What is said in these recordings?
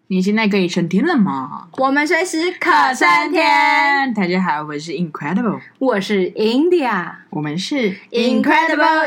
你现在可以升天了吗？ 我们随时可升天。 大家好，我是 Incredible， 我是 India， 我们是 Incredible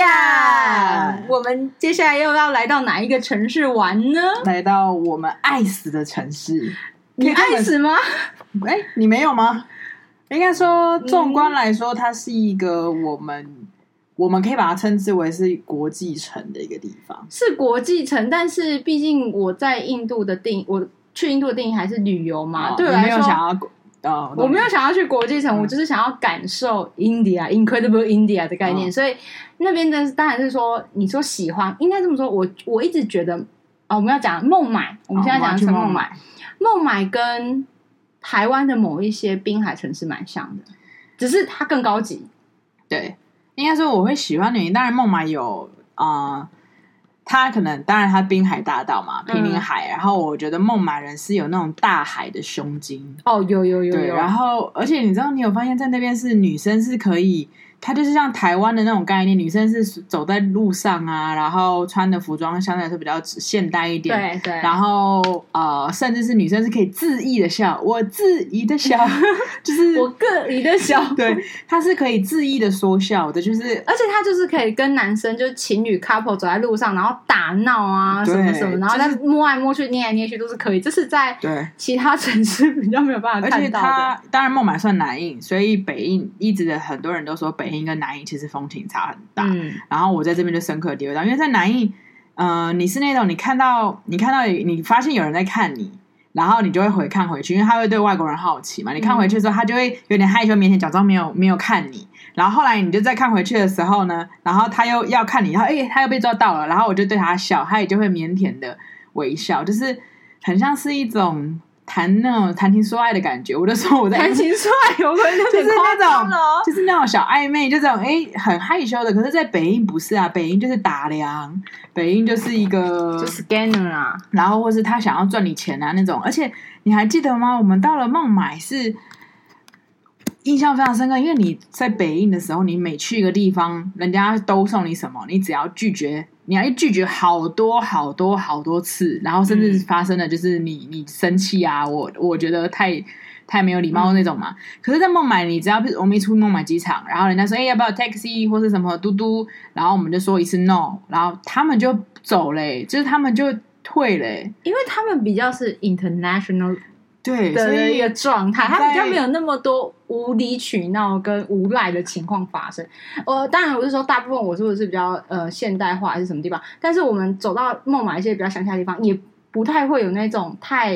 India。我们接下来又要来到哪一个城市玩呢？ 来到我们爱死的城市。 你爱死吗？ 你没有吗？应该说，纵观来说，它是一个我们可以把它称之为是国际城的一个地方， 是国际城，但是毕竟我在印度的我去印度的定义还是旅游嘛，对我来说，我没有想要去国际城，我就是想要感受 Incredible India 的概念，所以那边的当然是说，你说喜欢，应该这么说，我一直觉得我们要讲孟买，我们现在讲的是孟买，孟买跟台湾的某一些滨海城市蛮像的，只是它更高级， 对。应该说我会喜欢的原因，当然孟买有它可能当然它滨海大道嘛，毗邻海，然后我觉得孟买人是有那种大海的胸襟哦，有， 对，然后而且你知道你有发现在那边是女生是可以，它就是像台湾的那种概念，女生是走在路上啊，然后穿的服装相对来说比较现代一点， 对， 然后甚至是女生是可以恣意的笑，我恣意的笑，就是我个意的笑， 对，她是可以恣意的说笑的，就是而且她就是可以跟男生就是情侣 couple 走在路上，然后打闹啊什么什么，然后再摸来摸去、捏来捏去都是可以，这是在其他城市比较没有办法看到的。而且它当然孟买算南印，所以北印一直的很多人都说北印跟南印其实风情差很大，然后我在这边就深刻体会到，因为在南印你是那种你看到你发现有人在看你，然后你就会看回去，因为他会对外国人好奇嘛，你看回去的时候他就会有点害羞腼腆，假装没有看你，然后后来你就再看回去的时候呢，然后他又要看你，然后他又被抓到了，然后我就对他笑，他也就会腼腆的微笑，就是很像是一种谈情说爱的感觉，我就说我在谈情说爱有点夸张了， 就是那种小暧昧，就这种很害羞的。可是，在北印不是啊，北印就是打量，北印就是一个就 scanner 啊， 然后或是他想要赚你钱啊那种。而且你还记得吗？我们到了孟买是印象非常深刻，因为你在北印的时候，你每去一个地方，人家都送你什么，你只要拒绝。你要拒绝好多次，然后甚至发生了就是你生气啊，我觉得太没有礼貌那种嘛。可是，在孟买，你只要我们一出孟买机场，然后人家说要不要 taxi 或是什么嘟嘟，然后我们就说一次 no， 然后他们就走了，就是他们就退了， 因为他们比较是 international。 对的一个状态，他比较没有那么多无理取闹跟无赖的情况发生。当然我是说大部分我说的是比较现代化还是什么地方，但是我们走到孟买一些比较乡下的地方，也不太会有那种太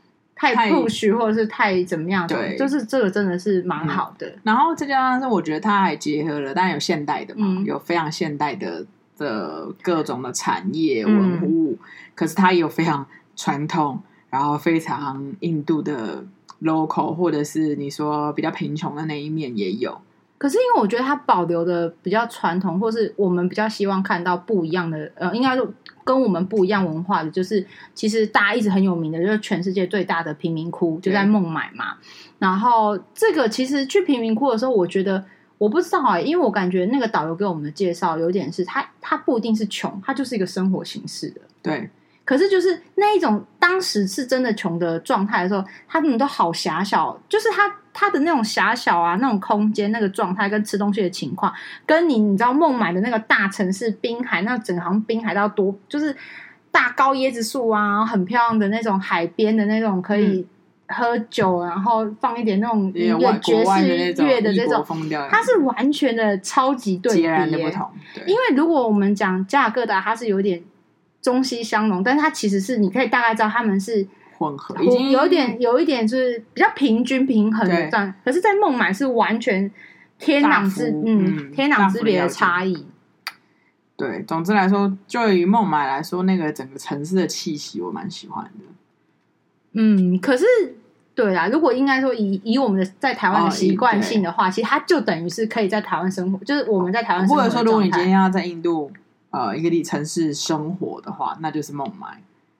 push 或者是太怎么样的，对，就是这个真的是蛮好的。 然后再加上是我觉得它还结合了，当然有现代的嘛，有非常现代的各种的产业文物，可是它也有非常传统。然后非常印度的 local 或者是你说比较贫穷的那一面也有， 可是因为我觉得它保留的比较传统，或是我们比较希望看到不一样的应该说跟我们不一样文化的，就是其实大家一直很有名的就是全世界最大的贫民窟就在孟买嘛。然后这个其实去贫民窟的时候，我觉得我不知道因为我感觉那个导游给我们的介绍有点是他不一定是穷，他就是一个生活形式的， 对。 可是就是那一种当时是真的穷的状态的时候，他们都好狭小，就是他的那种狭小啊，那种空间那个状态跟吃东西的情况，跟你知道孟买的那个大城市滨海，那整个好像滨海到多就是大高椰子树啊，很漂亮的那种海边的那种可以喝酒，然后放一点那种音乐爵士乐的这种，它是完全的超级对比， 截然的不同。 因为如果我们讲加尔各答，它是有点中西相融，但是它其实是你可以大概知道他们是混合， 有一点就是比较平均平衡的这样。可是，在孟买是完全天壤之别的差异。 对，总之来说，就以孟买来说，那个整个城市的气息我蛮喜欢的。可是对啦，如果应该说以我们的在台湾的习惯性的话，其实它就等于是可以在台湾生活，就是我们在台湾生活的状态。 或者说，如果你今天要在印度一个城市生活的话，那就是孟买。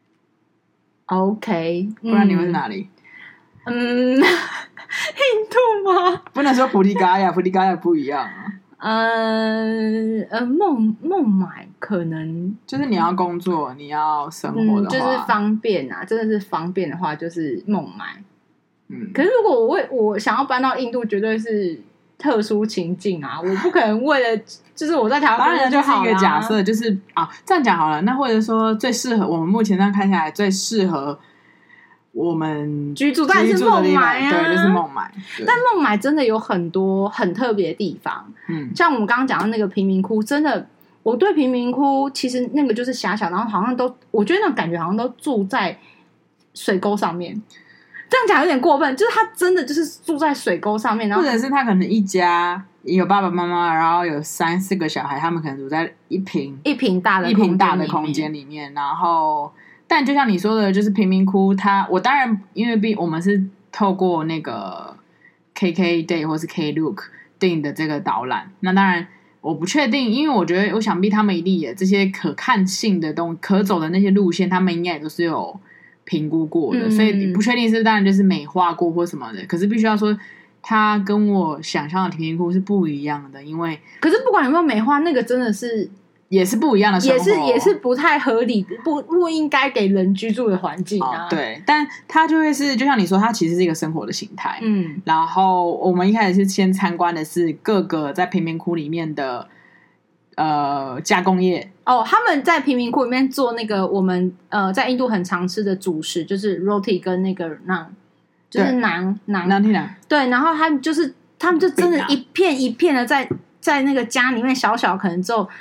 OK， 不然你会是哪里？ 印度吗？ 不能说菩提嘎亚，菩提嘎亚不一样孟买可能就是你要工作，你要生活的话， 就是方便啊，真的是方便的话，就是孟买。可是如果我想要搬到印度，绝对是特殊情境啊！我不可能为了就是我在台湾当然就好了。 是一个假设，就是这样讲好了。那或者说最适合我们目前这样看下来，最适合我们居住但是孟买啊， 对，就是孟买。 但孟买真的有很多很特别的地方，像我们刚刚讲到那个贫民窟，真的，我对贫民窟其实那个就是狭小，然后好像都，我觉得那种感觉好像都住在水沟上面。这样讲有点过分，就是他真的就是住在水沟上面，然后或者是他可能一家有爸爸妈妈，然后有3、4个小孩，他们可能住在一平大的空间里面，然后。但就像你说的，就是贫民窟，我当然因为我们是透过那个 KKday 或是 Klook 订的这个导览，那当然我不确定，因为我想必他们一定也这些可看性的可走的那些路线，他们应该也都是有评估过的，所以不确定是当然就是美化过或什么的，可是必须要说它跟我想象的贫民窟是不一样的，因为可是不管有没有美化，那个真的是也是不一样的生活， 也是不太合理，不应该给人居住的环境啊。 对，但它就会是，就像你说，它其实是一个生活的形态。然后我们一开始是先参观的是各个在贫民窟里面的加工业。 他们在贫民窟里面做那个我们在印度很常吃的主食，就是 roti 跟那个naan，就是馕。对，然后他们就真的一片一片的在那个家里面小小可能只有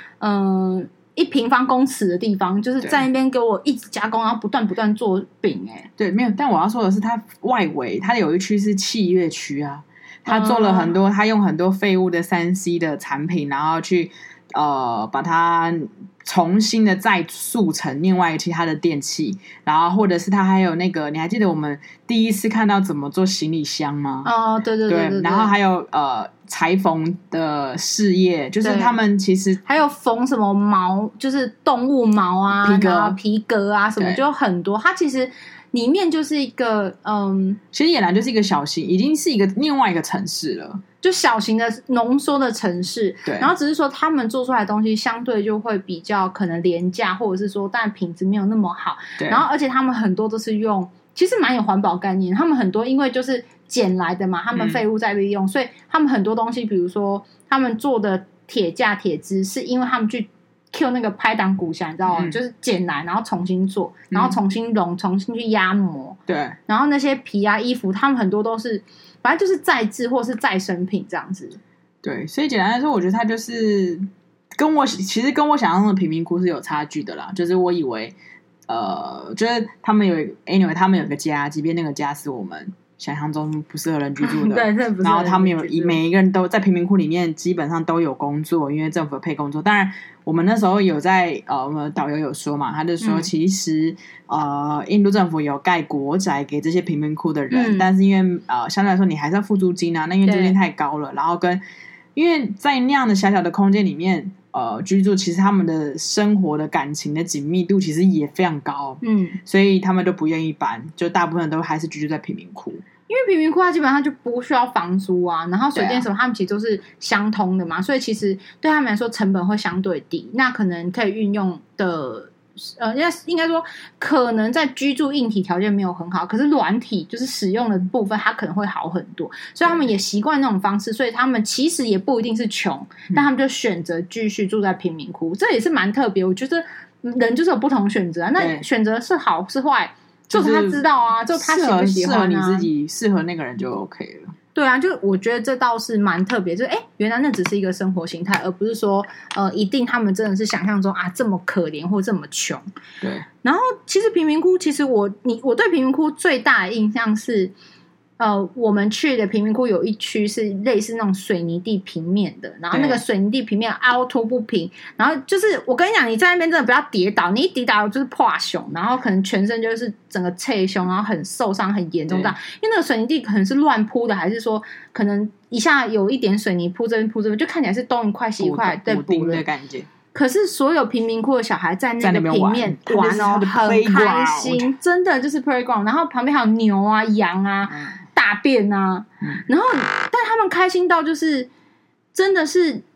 1平方公尺的地方，就是在那边给我一直加工，然后不断做饼。 对，没有。但我要说的是，它外围它有一区是契约区啊，它做了很多，它用很多废物的3C 的产品，然后去把它重新的再塑成另外其他的电器，然后或者是它还有那个，你还记得我们第一次看到怎么做行李箱吗？对，然后还有裁缝的事业，就是他们其实还有缝什么毛，就是动物毛啊、皮革啊什么，就很多。它其实里面就是一个其实俨然就是一个小型，已经是另外一个城市了。 就小型的浓缩的城市， 对， 然后只是说他们做出来的东西相对就会比较可能廉价，或者是说但品质没有那么好， 对， 然后而且他们很多都是用，其实蛮有环保概念，他们很多因为就是捡来的嘛，他们废物再利用，所以他们很多东西，比如说他们做的铁架铁枝，是因为他们去 Q 那个拍档骨匣，你知道吗？就是捡来然后重新做，然后重新熔，重新去压磨， 对， 然后那些皮啊衣服，他们很多都是反正就是再制或是再生品这样子。 对，所以简单来说，我觉得它就是其实跟我想象中的贫民窟是有差距的啦。就是我以为，就是他们有个家，即便那个家是我们想象中不适合人居住的， 对，这不是。 然后他们每一个人都在贫民窟里面，基本上都有工作，因为政府配工作。当然，我们那时候有在我们导游有说嘛，他就说其实印度政府有盖国宅给这些贫民窟的人，但是因为相对来说你还是要付租金啊，那因为租金太高了，然后因为在那样的小小的空间里面居住，其实他们的生活的感情的紧密度其实也非常高，所以他们都不愿意搬，就大部分都还是居住在贫民窟。 因为贫民窟它基本上就不需要房租啊，然后水电什么他们其实都是相通的嘛，所以其实对他们来说成本会相对低，那可能可以运用的应该说可能在居住硬体条件没有很好，可是软体就是使用的部分它可能会好很多，所以他们也习惯那种方式，所以他们其实也不一定是穷，但他们就选择继续住在贫民窟，这也是蛮特别。我觉得人就是有不同选择啊，那选择是好是坏就他知道啊，就他喜不喜欢啊， 适合你自己，适合那个人就 OK 了。 对啊，就我觉得这倒是蛮特别，就是原来那只是一个生活形态，而不是说一定他们真的是想象中啊这么可怜或这么穷。 对。 然后其实贫民窟，其实我对贫民窟最大的印象是，我们去的贫民窟有一区是类似那种水泥地平面的，然后那个水泥地平面凹凸不平，然后就是我跟你讲，你在那边真的不要跌倒，你一跌倒就是破胸，然后可能全身就是整个侧胸，然后很受伤很严重这样，因为那个水泥地可能是乱铺的，还是说可能一下有一点水泥铺这边铺这边，就看起来是东一块西一块对补的感觉。 可是所有贫民窟的小孩在那个平面玩哦，很开心，真的就是 playground， 然后旁边还有牛啊、羊啊、大便啊，然后但他们开心到就是真的是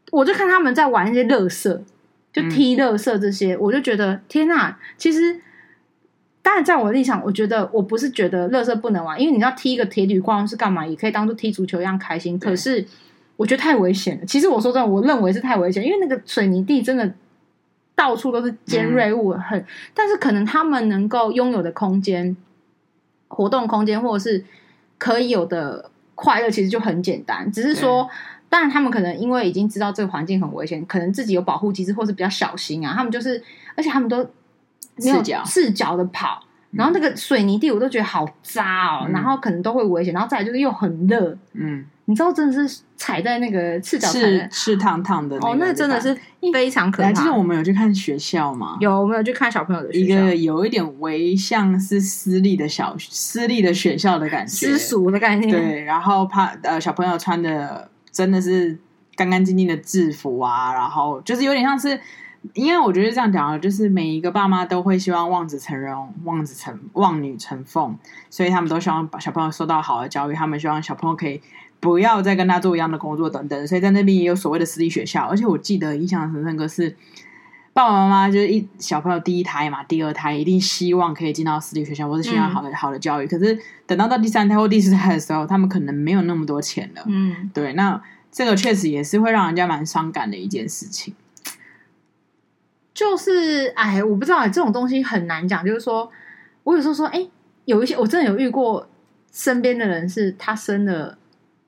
我就看他们在玩一些垃圾，就踢垃圾这些，我就觉得天哪！其实，当然在我的立场，我觉得我不是觉得垃圾不能玩，因为你要踢一个铁铝罐是干嘛，也可以当做踢足球一样开心。可是我觉得太危险了。其实我说真的，我认为是太危险，因为那个水泥地真的到处都是尖锐物，但是可能他们能够拥有的空间、活动空间，或者是可以有的快乐，其实就很简单，只是说。当然，他们可能因为已经知道这个环境很危险，可能自己有保护机制，或是比较小心啊。他们就是，而且他们都没有赤脚的跑，然后那个水泥地我都觉得好渣哦，然后可能都会危险，然后再来就是又很热，你知道真的是踩在那个赤脚是烫烫的那真的是非常可怕。 就是我们有去看学校吗？ 有，我们有去看小朋友的学校， 一个有一点微像是私立的学校的感觉， 私塾的概念。 对，然后小朋友穿的。真的是干干净净的制服啊，然后就是有点像是，因为我觉得这样讲，就是每一个爸妈都会希望望子成龙、望女成凤，所以他们都希望把小朋友受到好的教育，他们希望小朋友可以不要再跟他做一样的工作等等，所以在那边也有所谓的私立学校，而且我记得印象很深刻是爸爸妈妈就是小朋友第一胎嘛，第二胎一定希望可以进到私立学校，或是希望好的教育。可是等到第三胎或第四胎的时候，他们可能没有那么多钱了。对，那这个确实也是会让人家蛮伤感的一件事情。 就是我不知道这种东西很难讲。就是说，我有时候说，有一些我真的有遇过身边的人是他生了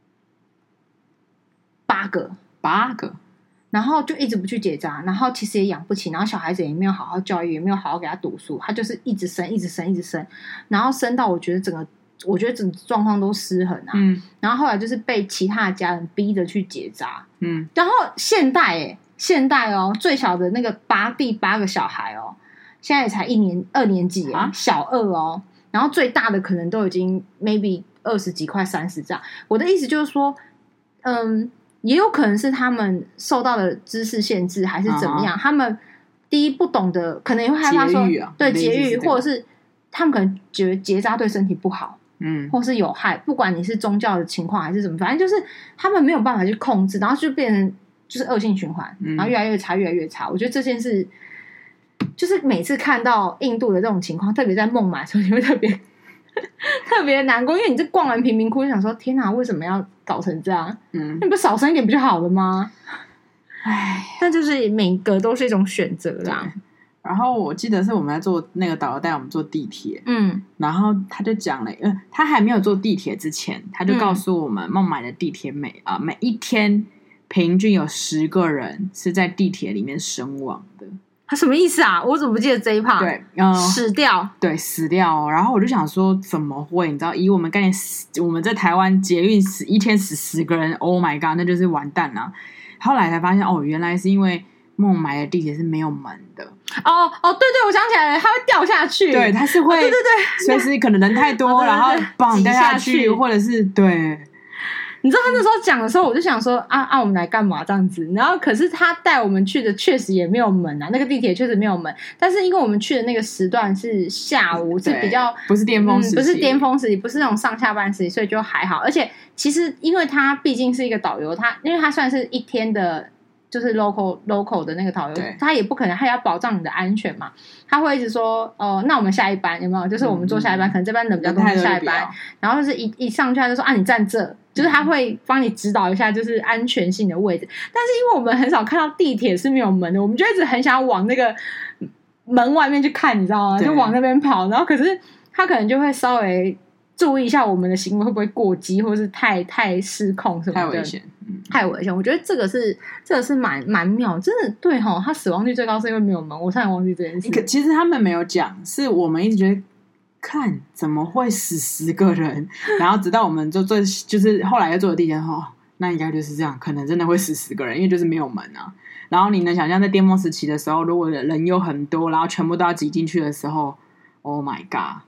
8个。然后就一直不去结扎，然后其实也养不起，然后小孩子也没有好好教育，也没有好好给他读书，他就是一直生，然后生到我觉得整个状况都失衡啊。然后后来就是被其他的家人逼着去结扎。然后现代哦，最小的那个第8个小孩哦，现在也才2年级小2哦，然后最大的可能都已经 maybe 20几快30这样。我的意思就是说，也有可能是他们受到的知识限制，还是怎么样？他们第一不懂得，可能也会害怕说，对节育，或者是他们可能觉得结扎对身体不好，或是有害。不管你是宗教的情况还是什么，反正就是他们没有办法去控制，然后就变成就是恶性循环，然后越来越差，越来越差。我觉得这件事，就是每次看到印度的这种情况，特别在孟买的时候，你会特别难过，因为你这逛完贫民窟就想说，天哪，为什么要搞成这样？你不少生一点不就好了吗？但就是每个都是一种选择啦。 然后我记得是我们在坐那个导游带我们坐地铁，然后他就讲了，他还没有坐地铁之前，他就告诉我们孟买的地铁每一天平均有10个人是在地铁里面身亡的。 他什么意思啊？我怎么不记得这一 part？ 对， 死掉， 对，死掉哦。然后我就想说，怎么会？你知道，以我们概念，我们在台湾捷运一天死10个人 ，Oh my god， 那就是完蛋了。后来才发现，原来是因为孟买的地铁是没有门的。 对，我想起来了，它会掉下去。 对，它是会，对，随时可能人太多，然后嘣掉下去，或者是对。 你知道他那时候讲的时候，我就想说我们来干嘛这样子？然后可是他带我们去的确实也没有门啊，那个地铁确实没有门。但是因为我们去的那个时段是下午，是比较不是巅峰时期， 不是巅峰时期，不是那种上下班时期，所以就还好。而且其实因为他毕竟是一个导游，因为他算是一天的。就是 local 的那个导游，他也不可能，他也要保障你的安全嘛。他会一直说，那我们下一班有没有？就是我们坐下一班，可能这班人比较多，下一班。然后就是一上去他就说你站这，就是他会帮你指导一下，就是安全性的位置。但是因为我们很少看到地铁是没有门的，我们就一直很想往那个门外面去看，你知道吗？就往那边跑。然后可是他可能就会稍微注意一下我们的行为会不会过激，或是太失控什么的，太危险。我觉得这个是蛮妙，真的对齁。他死亡率最高是因为没有门，我差点忘记这件事。 其实他们没有讲，是我们一直觉得看怎么会死10个人，然后直到我们就是后来要坐的地铁那应该就是这样，可能真的会死10个人，因为就是没有门啊。然后你能想象在巅峰时期的时候，如果人有很多，然后全部都要挤进去的时候 ，Oh my god！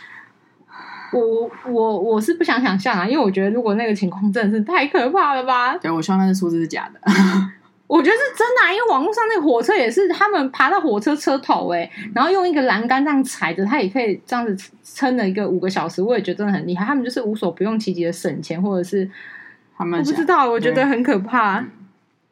我是不想想象啊，因为我觉得如果那个情况真的是太可怕了吧。 对，我希望那个数字是假的。 我觉得是真的因为网络上那个火车也是他们爬到火车车头然后用一个栏杆这样踩着，他也可以这样子撑了一个5个小时，我也觉得真的很厉害。他们就是无所不用其极的省钱，或者是他们我不知道，我觉得很可怕。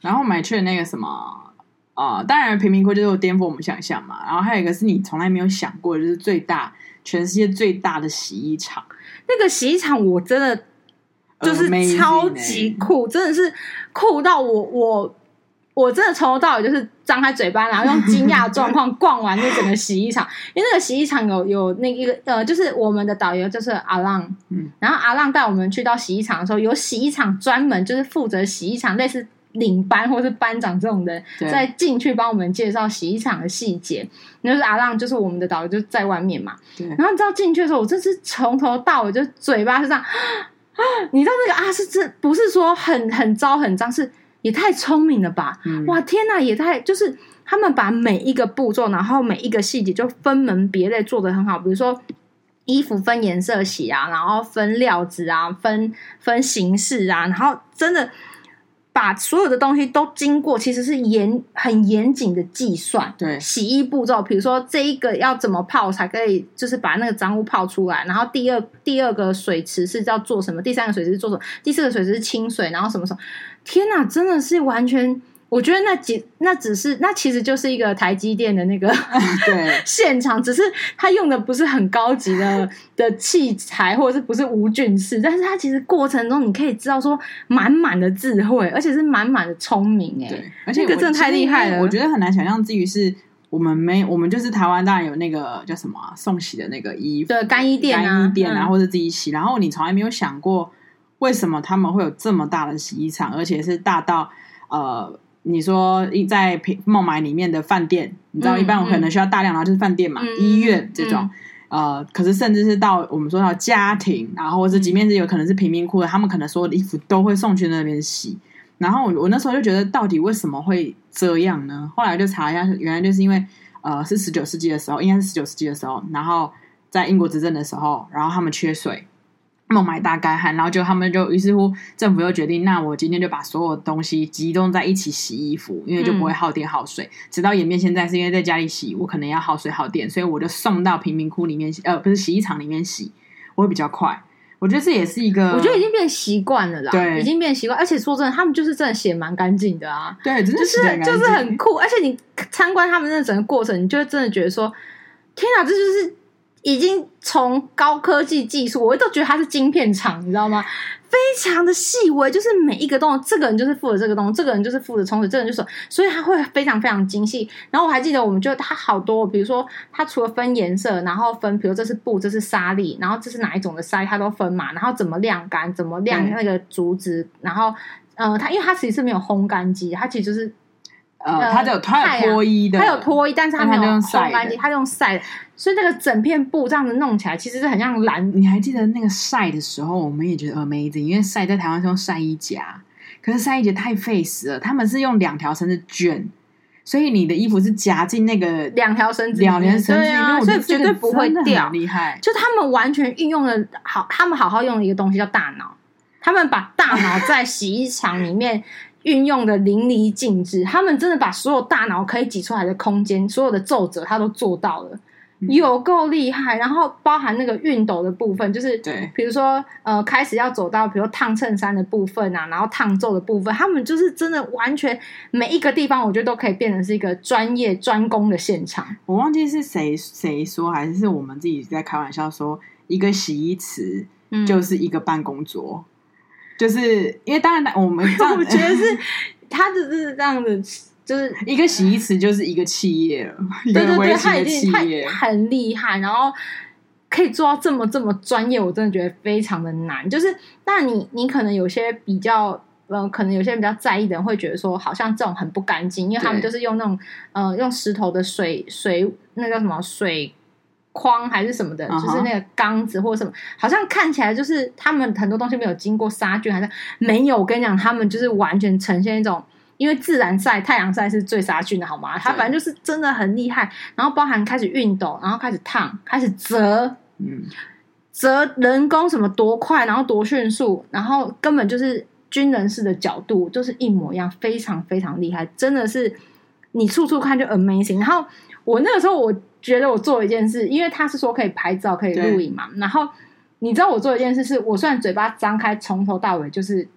然后买去了那个什么当然贫民窟就是颠覆我们想象嘛，然后还有一个是你从来没有想过，就是全世界最大的洗衣厂。 那个洗衣厂我真的就是超级酷，真的是酷到我真的从头到尾就是张开嘴巴，然后用惊讶的状况逛完那整个洗衣厂。因为那个洗衣厂有那一个就是我们的导游就是阿浪，然后阿浪带我们去到洗衣厂的时候，有洗衣厂专门就是负责洗衣厂类似领班或是班长这种的，再进去帮我们介绍洗衣厂的细节。那就是阿浪，就是我们的导游就在外面嘛。然后你知道进去的时候，我真是从头到尾就嘴巴是这样你知道那个是这不是说很糟很脏，是也太聪明了吧！哇，天哪，也太就是他们把每一个步骤，然后每一个细节就分门别类做得很好。比如说衣服分颜色洗啊，然后分料子啊，分形式啊，然后真的把所有的东西都经过，其实是很严谨的计算。 对， 洗衣步骤，比如说这一个要怎么泡才可以，就是把那个脏污泡出来。然后第二个水池是要做什么？第三个水池是做什么？第四个水池是清水，然后什么什么？天哪，真的是完全。我觉得那其实就是一个台积电的那个现场，只是他用的不是很高级的器材，或者是不是无菌室，但是他其实过程中你可以知道说满满的智慧，而且是满满的聪明对，而且这个真的太厉害了。 我觉得很难想象，至于是我们就是台湾当然有那个叫什么送洗的那个衣服， 对，干衣店啊，或者自己洗，然后你从来没有想过为什么他们会有这么大的洗衣厂，而且是大到你说在孟买里面的饭店，你知道一般我可能需要大量，然后就是饭店嘛，医院这种，可是甚至是到我们说到家庭，然后或者即便是有可能是贫民窟的，他们可能所有的衣服都会送去那边洗。然后我那时候就觉得，到底为什么会这样呢？后来就查一下，原来就是因为是19世纪的时候，应该是19世纪的时候，然后在英国执政的时候，然后他们缺水。孟买大干旱，然后他们于是乎政府又决定，那我今天就把所有东西集中在一起洗衣服，因为就不会耗电耗水。直到演变现在是因为在家里洗，我可能要耗水耗电，所以我就送到贫民窟里面不是洗衣厂里面洗，我会比较快。我觉得这也是一个， 我觉得已经变习惯了啦， 对， 已经变习惯。而且说真的，他们就是真的洗蛮干净的啊， 对，真的就是很酷。而且你参观他们那整个过程，你就会真的觉得说，天哪，这就是已经从高科技技术，我都觉得它是晶片厂，你知道吗？非常的细微，就是每一个东西，这个人就是负责这个东西，这个人就是负责冲水，这个人就是，所以它会非常非常精细。然后我还记得，我们就它好多，比如说它除了分颜色，然后分，比如这是布，这是纱丽，然后这是哪一种的纱，它都分嘛。然后怎么晾干，怎么晾那个竹子，然后它因为它其实是没有烘干机，它其实就是它有脱衣的， 它有脱衣，但是它没有烘干机，它用晒的，所以这个整片布这样子弄起来，其实是很像蓝。 你还记得那个晒的时候，我们也觉得 amazing， 因为晒在台湾是用晒衣夹，可是晒衣夹太费时了，他们是用2条绳子卷，所以你的衣服是夹进那个 2条绳子里面，对啊，所以绝对不会掉， 厉害。 就他们完全运用了他们好好用的一个东西叫大脑，他们把大脑在洗衣厂里面运用的淋漓尽致，他们真的把所有大脑可以挤出来的空间，所有的皱褶他都做到了，有够厉害。然后包含那个熨斗的部分，就是比如说开始要走到比如烫衬衫的部分啊，然后烫皱的部分，他们就是真的完全每一个地方我觉得都可以变成是一个专业专攻的现场。 我忘记是谁说，还是我们自己在开玩笑说，一个洗衣池就是一个办公桌，就是因为当然我们这样我觉得是他就是这样子，就是一个洗衣池就是一个企业了， 对对对， 他已经很厉害，然后可以做到这么专业，我真的觉得非常的难。就是那你可能有些比较可能有些人比较在意的人会觉得说，好像这种很不干净，因为他们就是用那种用石头的水那叫什么水框还是什么的，就是那个缸子或什么，好像看起来就是他们很多东西没有经过杀菌，还是没有。我跟你讲，他们就是完全呈现一种，因为自然晒、太阳晒是最杀菌的，好吗？他反正就是真的很厉害。然后包含开始熨斗，然后开始烫，开始折，折人工什么多快，然后多迅速，然后根本就是军人式的角度，就是一模一样，非常非常厉害，真的是你处处看就 amazing。然后我那个时候我觉得我做了一件事，因为他是说可以拍照可以录影嘛，然后你知道我做了一件事是，我虽然嘴巴张开从头到尾就是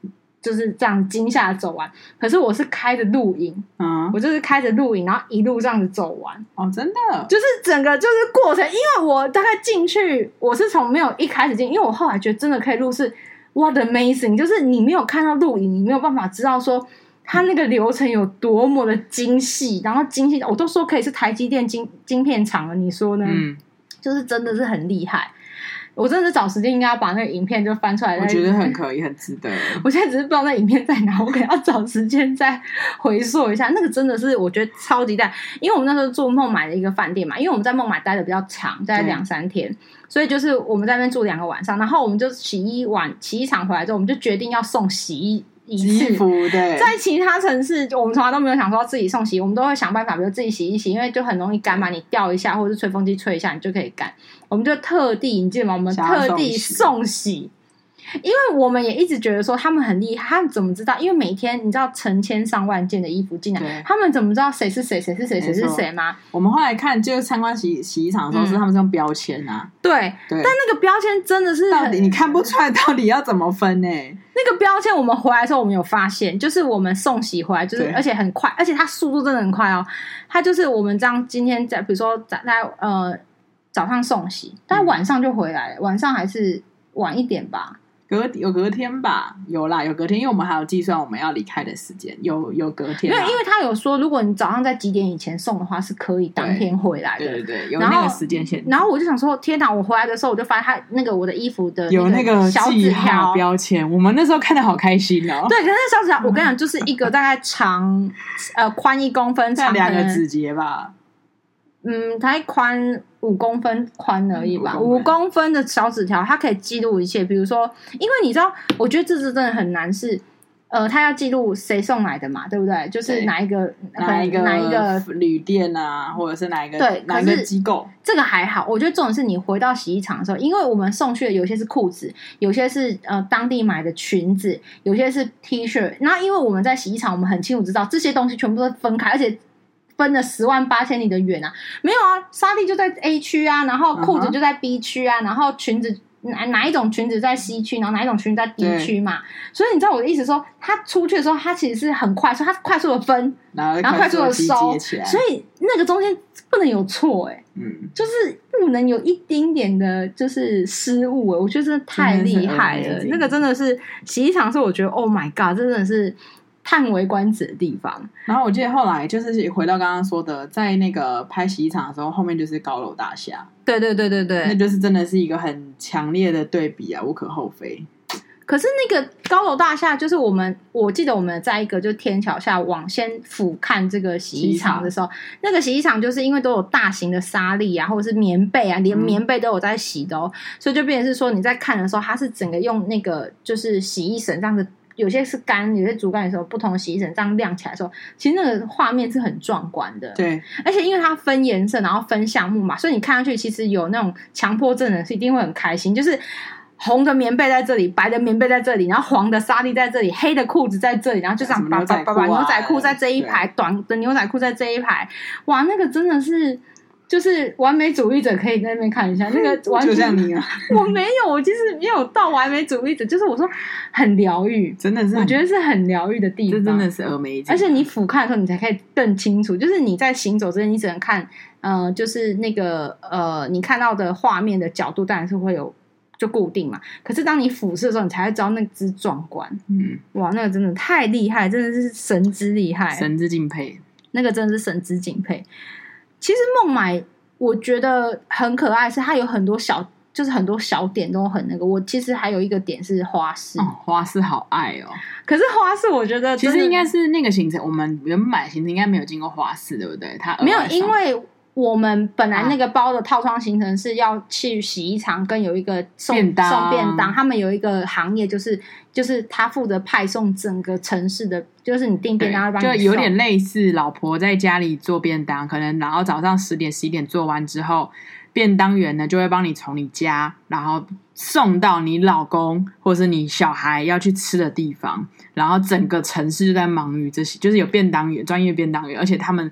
就是这样惊吓走完，可是我是开着录影，我就是开着录影，然后一路这样子走完。 哦，真的， 就是整个就是过程，因为我大概进去，我是从没有一开始进，因为我后来觉得真的可以录是 what amazing， 就是你没有看到录影，你没有办法知道说它那个流程有多么的精细，然后精细，我都说可以是台积电晶片厂了，你说呢？就是真的是很厉害。我真的是找时间应该要把那个影片就翻出来， 我觉得很可以，很值得。 我现在只是不知道那影片在哪，我可能要找时间再回溯一下。那个真的是我觉得超级大，因为我们那时候住孟买的一个饭店嘛，因为我们在孟买待的比较长，大概2-3天，所以就是我们在那边住2个晚上，然后我们就洗衣场回来之后，我们就决定要送洗衣服。对， 在其他城市我们从来都没有想说自己送洗衣，我们都会想办法比如自己洗一洗，因为就很容易干嘛，你吊一下或者是吹风机吹一下你就可以干，我们就特地，你记得吗？我们特地送洗，因为我们也一直觉得说他们很厉害，他们怎么知道？因为每天你知道成千上万件的衣服进来，他们怎么知道谁是谁谁是谁谁是谁吗？ 我们后来看就是参观洗衣厂的时候，是他们是用标签啊， 对，但那个标签真的是到底你看不出来到底要怎么分呢？ 那个标签我们回来的时候我们有发现，就是我们送洗回来就是而且很快，而且它速度真的很快哦。它就是我们这样今天在比如说在早上送洗，但晚上就回来了，晚上还是晚一点吧。 有隔天吧，有啦，有隔天，因为我们还有计算我们要离开的时间，有隔天。 因为他有说，如果你早上在几点以前送的话，是可以当天回来的。 对对对，有那个时间限制。 然后我就想说，天哪！我回来的时候，我就发现他那个我的衣服的有那个小纸条标签，我们那时候看得好开心哦。 对，可是那小纸条，我跟你讲，就是一个大概长宽1公分，长 2个指节吧。 它宽5公分宽而已吧，5公分的小纸条，它可以记录一切。比如说，因为你知道，我觉得这次真的很难是，他要记录谁送来的嘛，对不对？就是哪一个旅店啊，或者是哪一个机构， 这个还好。我觉得重点是你回到洗衣厂的时候，因为我们送去的有些是裤子，有些是当地买的裙子，有些是 T 恤。然后因为我们在洗衣厂，我们很清楚知道这些东西全部都是分开，而且分了108000里的远啊，没有啊，纱丽就在 A 区啊，然后裤子就在 B 区啊，然后裙子哪一种裙子在 C 区，然后哪一种裙子在 D 区嘛，所以你知道我的意思说，他出去的时候，他其实是很快速，他快速的分，然后快速的收，所以那个中间不能有错就是不能有一丁点的就是失误我觉得真的太厉害了，那个真的是洗衣厂是我觉得 Oh my God， 真的是叹为观止的地方。 然后我记得后来就是回到刚刚说的，在那个拍洗衣厂的时候，后面就是高楼大厦。 对对对对对， 那就是真的是一个很强烈的对比啊，无可厚非。 可是那个高楼大厦，就是我记得我们在一个就天桥下往先俯瞰这个洗衣厂的时候，那个洗衣厂就是因为都有大型的纱丽啊，或者是棉被啊，连棉被都有在洗的所以就变成是说你在看的时候，它是整个用那个就是洗衣绳这样子。有些是干，有些竹竿的时候，不同的洗衣绳这样亮起来的时候，其实那个画面是很壮观的。 对， 而且因为它分颜色，然后分项目嘛，所以你看上去其实有那种强迫症的人是一定会很开心，就是红的棉被在这里，白的棉被在这里，然后黄的纱丽在这里，黑的裤子在这里，然后就这样把牛仔裤在这一排，短的牛仔裤在这一排，哇，那个真的是。就是完美主义者可以在那边看一下，那个完全就像你啊， 我没有，我其实没有到完美主义者，就是我说很疗愈， 真的是， 我觉得是很疗愈的地方， 这真的是amazing。 而且你俯瞰的时候，你才可以更清楚，就是你在行走之前，你只能看，就是那个你看到的画面的角度，当然是会有就固定嘛。可是当你俯视的时候，你才会知道那之壮观。哇，那个真的太厉害，真的是神之厉害， 神之敬佩， 那个真的是神之敬佩。其实孟买我觉得很可爱，是它有很多就是很多小点都很那个。我其实还有一个点是花市， 花市好爱哦。 可是花市我觉得其实应该是那个行程，我们原本买的行程应该没有经过花市，对不对？它没有，因为我们本来那个包的套装行程是要去洗衣厂跟有一个送便当，他们有一个行业就是他负责派送整个城市的，就是你订便当帮你送， 就有点类似老婆在家里做便当，可能然后早上10点11点做完之后，便当员呢就会帮你从你家然后送到你老公或是你小孩要去吃的地方，然后整个城市就在忙于这些，就是有便当员，专业便当员，而且他们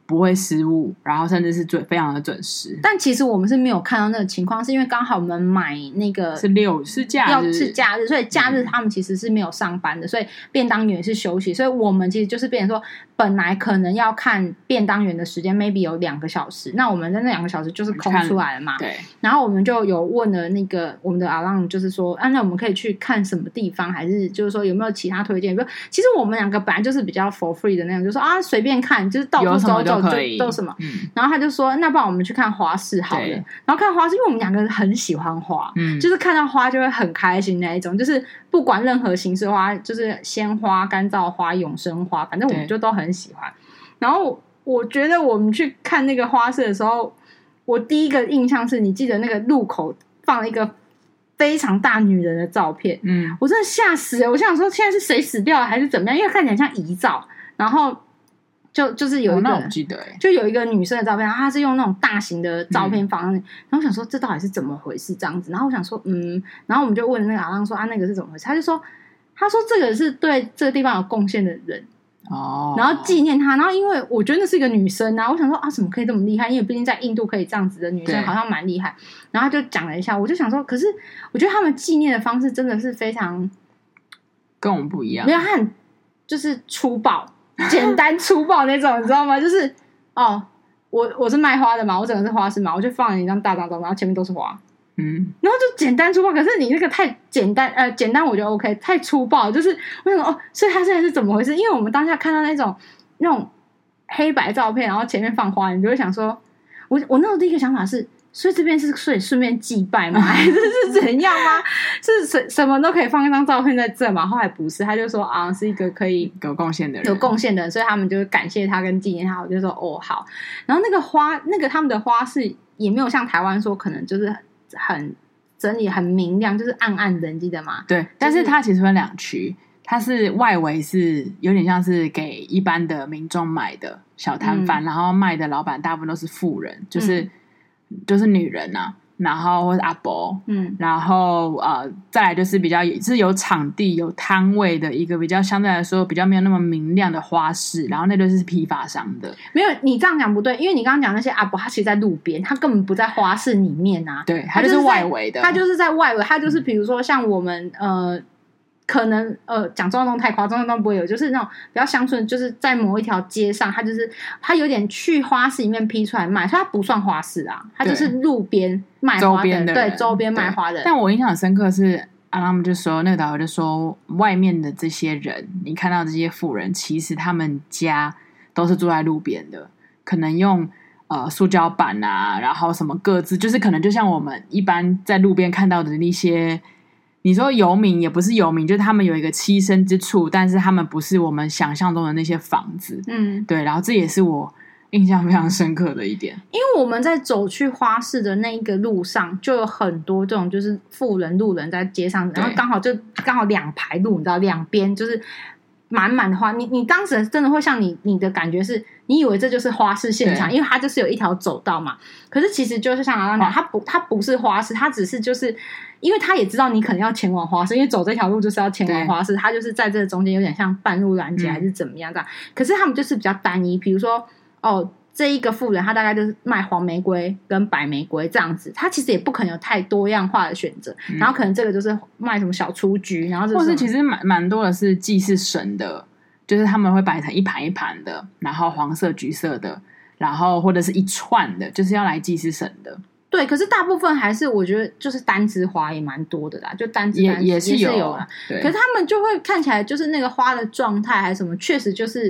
不会失误，然后甚至是非常的准时。 但其实我们是没有看到那个情况，是因为刚好我们买那个是假日， 是假日，所以假日他们其实是没有上班的，所以便当员是休息，所以我们其实就是变成说，本来可能要看便当员的时间 maybe 有2个小时，那我们在那2个小时就是空出来了嘛。 对。 然后我们就有问了那个我们的阿浪，就是说那我们可以去看什么地方，还是就是说有没有其他推荐？其实我们2个本来就是比较 for free 的那种，就说随便看，就是到处走走就都什么。然后他就说那不然我们去看花市好了。然后看花市，因为我们2个很喜欢花，就是看到花就会很开心那一种，就是不管任何形式花，就是鲜花、干燥花、永生花，反正我们就都很喜欢。然后我觉得我们去看那个花市的时候，我第一个印象是你记得那个路口放了一个非常大女人的照片，我真的吓死了。我想说现在是谁死掉了还是怎么样，因为看起来像遗照。然后就是有一个， 那我记得就有一个女生的照片，然后她是用那种大型的照片放上去，然后我想说这到底是怎么回事这样子。然后我想说然后我们就问那个阿浪说那个是怎么回事，他说这个是对这个地方有贡献的人然后纪念他。然后因为我觉得那是一个女生啊，我想说怎么可以这么厉害，因为毕竟在印度可以这样子的女生好像蛮厉害。然后他就讲了一下，我就想说可是我觉得他们纪念的方式真的是非常跟我们不一样， 没有，他很就是粗暴简单粗暴那种你知道吗，就是我是卖花的嘛，我整个是花市嘛，我就放了一张大张照，然后前面都是花然后就简单粗暴。可是你那个太简单我觉得 OK， 太粗暴就是我想说所以他现在是怎么回事。因为我们当下看到那种黑白照片，然后前面放花，你就会想说我那时候第一个想法是，所以这边是顺便祭拜吗？还是怎样吗？是什么都可以放一张照片在这吗？后来不是，他就说是一个可以有贡献的人， 所以他们就感谢他跟纪念他。我就说好。然后那个花，他们的花是也没有像台湾说可能就是很整理很明亮，就是暗暗的，你记得吗？ 对，但是它其实分2区，它是外围是有点像是给一般的民众买的小摊贩，然后卖的老板大部分都是富人，就是女人啊，然后或是阿伯，然后再来就是比较是有场地有摊位的一个比较相对来说比较没有那么明亮的花市，然后那就是批发商的。 没有，你这样讲不对，因为你刚刚讲那些阿伯，他其实在路边，他根本不在花市里面啊。 对，他就是外围的， 他就是在外围，他就是比如说像我们可能讲中东太夸张，中东不会有，就是那种比较乡村，就是在某一条街上，它有点去花市里面批出来卖，所以它不算花市啊，它就是路边卖花的，对，周边卖花的。 但我印象很深刻是他们就说那个导游就说，外面的这些人，你看到这些富人，其实他们家都是住在路边的，可能用塑胶板啊，然后什么各自就是可能就像我们一般在路边看到的那些。你说游民也不是游民，就是他们有一个栖身之处，但是他们不是我们想象中的那些房子。对，然后这也是我印象非常深刻的一点。 因为我们在走去花市的那一个路上，就有很多这种就是富人路人在街上，然后刚好2排路，你知道2边就是满满的花。你当时真的会像你的感觉是，你以为这就是花市现场，因为它就是有一条走道嘛。可是其实就是像阿刚讲，它不是花市，它只是就是因为他也知道你可能要前往花市，因为走这条路就是要前往花市，他就是在这中间有点像半路拦截还是怎么样这样。可是他们就是比较单一，比如说这一个富人他大概就是卖黄玫瑰跟白玫瑰这样子，他其实也不可能有太多样化的选择。然后可能这个就是卖什么小雏菊，然后或是其实蛮多的是祭祀神的，就是他们会摆成一盘一盘的，然后黄色橘色的，然后或者是一串的，就是要来祭祀神的。 对，可是大部分还是我觉得就是单枝花也蛮多的啦，就单枝也是有啦。可是他们就会看起来就是那个花的状态还是什么，确实就是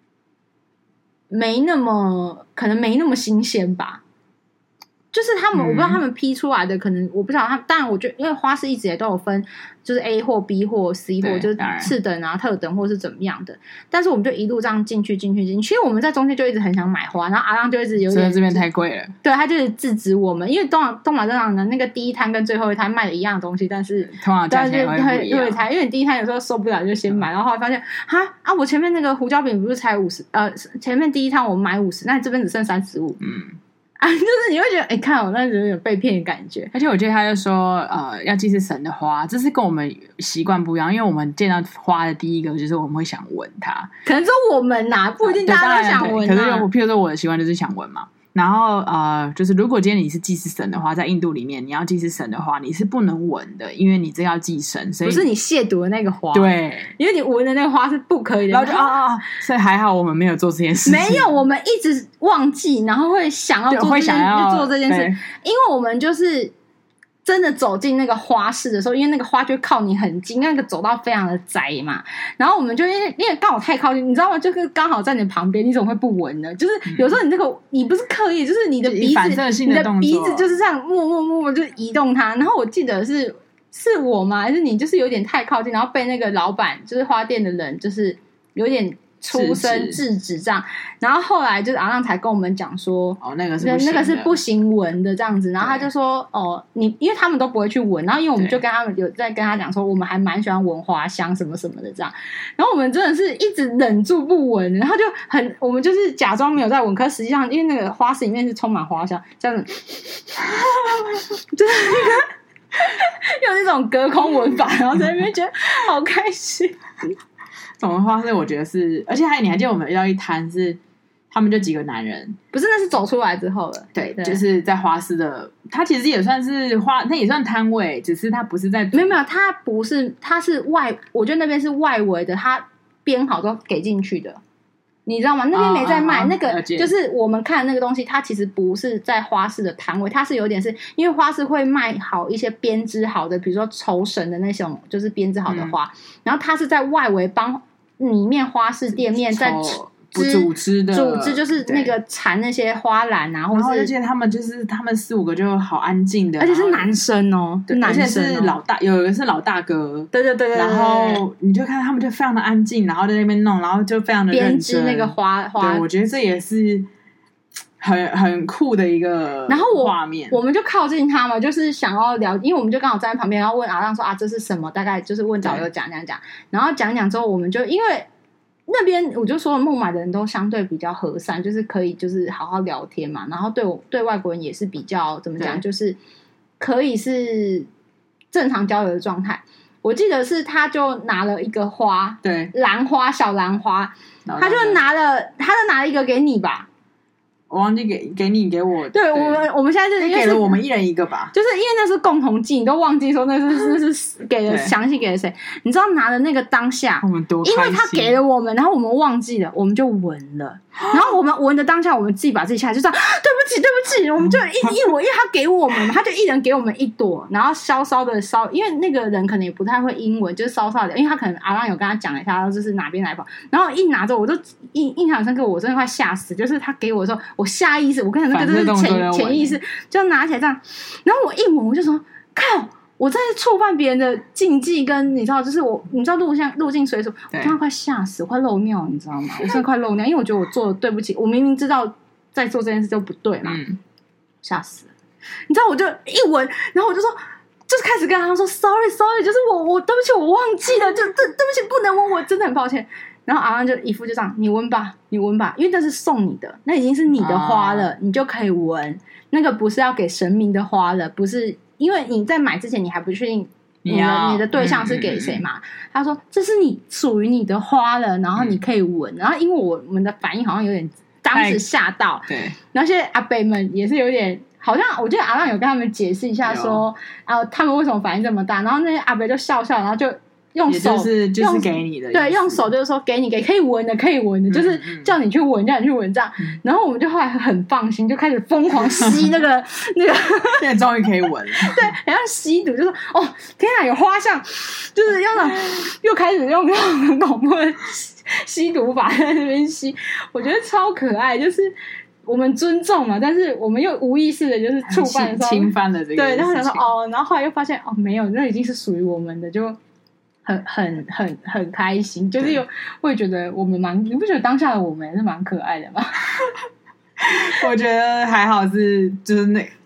可能没那么新鲜吧。就是他们，我不知道他们批出来的，可能我不知道他。当然，我觉得因为花市一直也都有分，就是 A 货、B 货、C 货，就是次等啊、特等或是怎么样的。但是我们就一路这样进去。其实我们在中间就一直很想买花，然后阿浪就一直有点这边太贵了， 对，他就是制止我们，因为东马正常的那个第一摊跟最后一摊卖的一样的东西，但是通常价钱会不一样。 因为你第一摊有时候受不了就先买，然后后来发现我前面那个胡椒饼不是才50，前面第一摊我买50，那这边只剩35。 就是你会觉得看我那有点被骗的感觉。 而且我记得他就说要祭祀神的花，这是跟我们习惯不一样，因为我们见到花的第一个就是我们会想闻它， 可能只有我们不一定大家都想闻可是譬如说我的习惯就是想闻嘛。然后就是如果今天你是祭祀神的话，在印度里面你要祭祀神的话，你是不能闻的，因为你这要祭神，所以不是你亵渎的那个花， 对， 因为你闻的那个花是不可以的。 然后就所以还好我们没有做这件事情。 没有，我们一直忘记，然后会想要做这件事，因为我们就是真的走进那个花市的时候，因为那个花就靠你很近，那个走道非常的窄嘛，然后我们就因为刚好太靠近，你知道吗？就是刚好在你旁边，你怎么会不闻呢？就是有时候你那个你不是刻意，就是你的鼻子，你的鼻子就是这样默默就移动它。然后我记得是我吗？还是你就是有点太靠近，然后被那个老板就是花店的人就是有点出声制止这样，然后后来就是阿浪才跟我们讲说， 那个是不行闻的这样子，然后他就说你因为他们都不会去闻，然后因为我们就跟他们有在跟他讲说，我们还蛮喜欢闻花香什么什么的这样，然后我们真的是一直忍住不闻，然后就我们就是假装没有在闻，可实际上因为那个花市里面是充满花香，这样子，就是用那种隔空闻法，然后在那边觉得好开心。 这种花市我觉得是，而且你还记得我们遇到一摊是他们就几个男人， 不是那是走出来之后了， 对，就是在花市的，他其实也算是那也算摊位，只是他不是在没有，他不是，他是我觉得那边是外围的，他编好都给进去的。你知道吗？那边没在卖，那个就是我们看那个东西，它其实不是在花市的摊位，它是有点是因为花市会卖好一些编织好的，比如说酬神的那种，就是编织好的花，然后它是在外围帮里面花市店面在组织就是那个缠那些花篮啊，或者是而且他们4-5个就好安静的， 而且是男生而且是老大，有一个是老大哥， 对， 然后你就看他们就非常的安静，然后在那边弄，然后就非常的认真编织那个花， 对，我觉得这也是很酷的一个画面。 我们就靠近他嘛，就是想要聊，因为我们就刚好站在旁边，然后问阿浪说这是什么，大概就是问导游讲，然后讲之后，我们就因为那边我就说孟买的人都相对比较和善，就是可以就是好好聊天嘛，然后对外国人也是比较怎么讲，就是可以是正常交流的状态。我记得是他就拿了一个花， 对， 小兰花，他就拿了一个给你吧。 我忘记给你给我， 对，我们现在就是给了我们一人一个吧， 就是因为那是共同记，你都忘记说那是给了详细给了谁？你知道拿的那个当下， 我们多开心， 因为他给了我们，然后我们忘记了，我们就闻了，然后我们闻的当下，我们自己把自己下来，就这样，对不起，我们就一闻，因为他给我们，他就一人给我们一朵，然后稍稍的因为那个人可能也不太会英文，就是稍稍的，因为他可能阿浪有跟他讲一下，就是哪边来跑，然后一拿着我就印象深刻，我真的快吓死，就是他给我的时候，我下意识，我跟你那个就是潜意识，就拿起来这样，然后我一闻，我就说靠。我在触犯别人的禁忌，跟你知道，就是你知道入境随俗，我真的快吓死，我快漏尿，你知道吗？我真的快漏尿，因为我觉得我做的对不起，我明明知道在做这件事就不对嘛，吓死了。你知道，我就一闻，然后我就说，就是开始跟他说 sorry， 就是我对不起，我忘记了，就对不起，不能闻，我真的很抱歉。然后阿安就一副就这样，你闻吧，因为那是送你的，那已经是你的花了，你就可以闻。那个不是要给神明的花了，不是。因为你在买之前，你还不确定你的对象是给谁嘛？他说这是属于你的花了，然后你可以闻。然后因为我们的反应好像有点当时吓到， 对， 然后现在阿伯们也是有点，好像我记得阿浪有跟他们解释一下说，他们为什么反应这么大，然后那些阿伯就笑，然后就用手就是给你的， 对，用手就是说给你可以闻的，就是叫你去闻这样。然后我们就后来很放心，就开始疯狂吸那个， 现在终于可以闻了。 对，然后吸毒就是天哪，有花香，就是又开始用很恐怖的吸毒法在那边吸，我觉得超可爱，就是我们尊重嘛，但是我们又无意识的就是触犯的时候侵犯了这个对，然后想说然后后来又发现没有，那已经是属于我们的，就很开心，就是我也觉得我们你不觉得当下的我们也是蛮可爱的吗？ 我觉得还好就是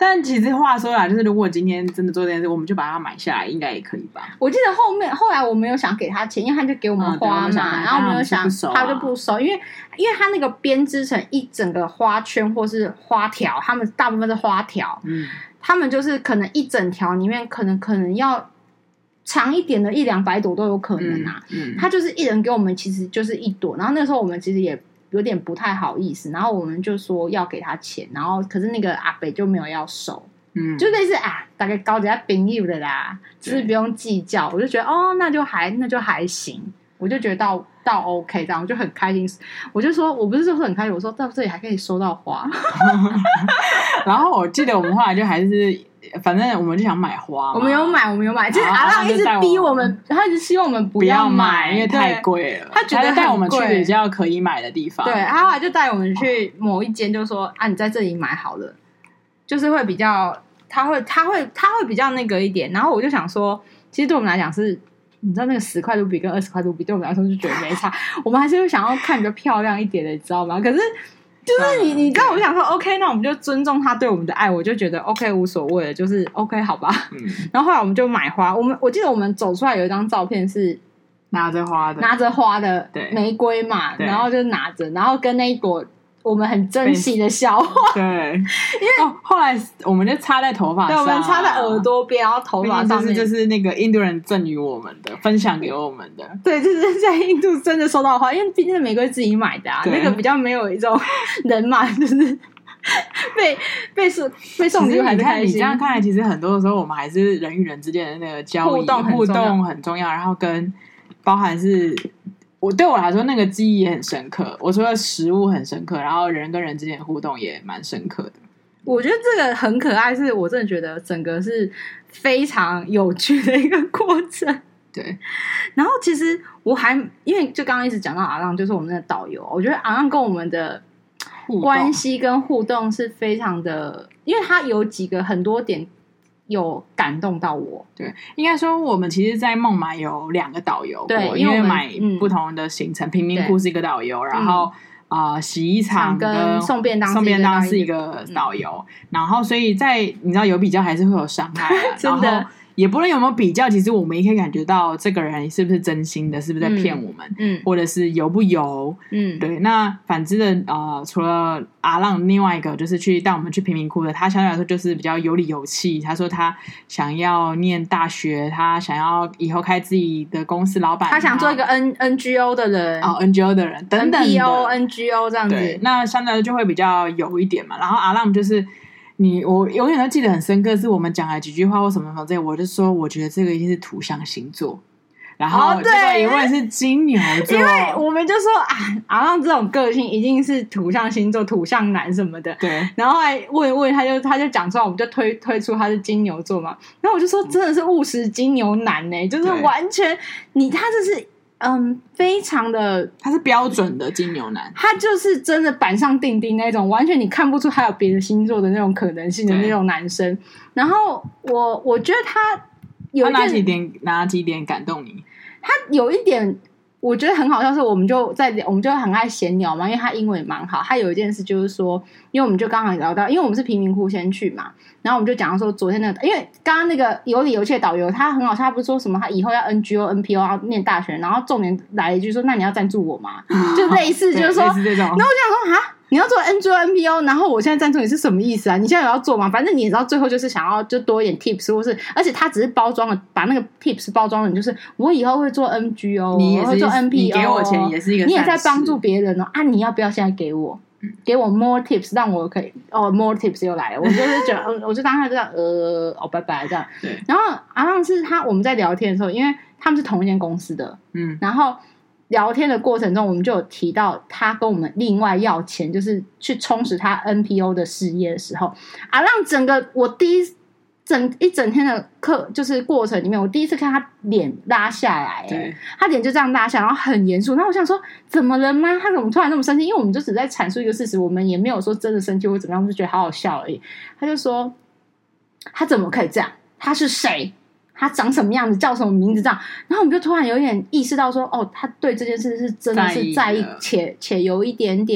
但其实话说啦，就是如果今天真的做这件事，我们就把它买下来，应该也可以吧？ 我记得后来我没有想给他钱，因为他就给我们花嘛，然后我没有想他就不收，因为他那个编织成一整个花圈或是花条，他们大部分是花条，他们就是可能一整条里面可能要长一点的100-200朵都有可能啊。他就是一人给我们其实就是1朵，然后那时候我们其实也有点不太好意思，然后我们就说要给他钱，然后可是那个阿伯就没有要收，就类似大概高一下朋友的啦，就是不用计较。我就觉得那就还行，我就觉得到 OK 这样，我就很开心。我就说我不是说很开心，我说到这里还可以收到花。 然后我记得我们后来就还是。反正我们就想买花嘛， 我们有买，就是阿浪一直逼我们，他一直希望我们不要买， 因为太贵了。他觉得带我们去比较可以买的地方， 对，他后来就带我们去某一间，就说你在这里买好了，就是会比较，他会比较那个一点。然后我就想说，其实对我们来讲是，你知道那个10块卢比跟20块卢比，对我们来说就觉得没差，我们还是会想要看比较漂亮一点的，你知道吗？可是。就是你知道，我想说 OK， 那我们就尊重他对我们的爱，我就觉得 OK 无所谓了，就是 OK 好吧。然后后来我们就买花，我记得我们走出来有一张照片是拿着花的玫瑰嘛，然后就拿着，然后跟那一朵我们很珍惜的小花， 对，因为后来我们就插在头发上， 对，我们插在耳朵边，然后头发上面， 就是那个印度人赠予我们的，分享给我们的， 对，就是在印度真的收到花，因为毕竟玫瑰自己买的啊，那个比较没有一种人嘛，就是被送礼物还是开心。 你这样看来，其实很多的时候我们还是人与人之间的那个交易互动很重要，然后跟包含是。对我来说，那个记忆也很深刻。我除了食物很深刻，然后人跟人之间的互动也蛮深刻的。 我觉得这个很可爱，是我真的觉得整个是非常有趣的一个过程。 对， 然后其实我还因为就刚刚一直讲到阿浪，就是我们的导游，我觉得阿浪跟我们的关系跟互动是非常的，因为他有几个很多点。有感动到我， 对，应该说我们其实，在孟买有2个导游过， 对， 因为买不同的行程，贫民窟是一个导游，然后洗衣厂跟送便当是一个导游，然后所以你知道有比较还是会有伤害， 真的。 也不论有没有比较，其实我们也可以感觉到这个人是不是真心的，是不是在骗我们，或者是油不油，对。那反之的除了阿浪，另外一个就是带我们去贫民窟的，他相对来说就是比较有理有气。他说他想要念大学，他想要以后开自己的公司，老板， 他想做一个 NGO 的人 ，NGO 的人等等的 NGO 这样子。 对，那相对来说就会比较有一点嘛。然后阿浪就是。我永远都记得很深刻，是我们讲了几句话或什么什么这，我就说我觉得这个一定是土象星座，然后这个一问是金牛座， 因为我们就说阿浪这种个性一定是土象星座、土象男什么的， 对。 然后还问他就讲出来，我们就推出他是金牛座嘛，然后我就说真的是务实金牛男呢，就是完全他这是。非常的， 他是标准的金牛男， 他就是真的板上钉钉那种，完全你看不出还有别的星座的那种可能性的那种男生。然后我觉得他有哪几点感动你？ 他有一点我觉得很好笑，是我们就很爱闲聊嘛，因为他英文也蛮好。他有一件事就是说，因为我们就刚好聊到，因为我们是贫民窟先去嘛，然后我们就讲到说昨天那个，因为刚刚那个有理有气的导游他很好笑，他不是说什么他以后要 NGO、NPO 要念大学，然后重点来了一句说，那你要赞助我吗？就类似就是说，然后我就想说你要做 NGO、NPO， 然后我现在赞助你是什么意思啊？你现在有要做吗？反正你也知道，最后就是想要就多一点 tips， 或是而且他只是包装了，把那个 tips 包装了，就是我以后会做 NGO， 我会做 NPO， 你给我钱也是一个， 你也在帮助别人哦啊！你要不要现在给我 more tips， 让我可以more tips 又来了，我就是觉得我就当他这样拜拜这样。 对， 然后阿浪是我们在聊天的时候，因为他们是同一间公司的，然后。聊天的过程中，我们就有提到他跟我们另外要钱，就是去充实他 NPO 的事业的时候，让整个我一整天的课就是过程里面，我第一次看他脸拉下来，他脸就这样拉下来，然后很严肃。那我想说，怎么了吗？他怎么突然那么生气？因为我们就只在阐述一个事实，我们也没有说真的生气或怎么样，就觉得好好笑而已。他就说，他怎么可以这样？他是谁？他长什么样子，叫什么名字这样，然后我们就突然有点意识到说，他对这件事是真的是在意，且有一点点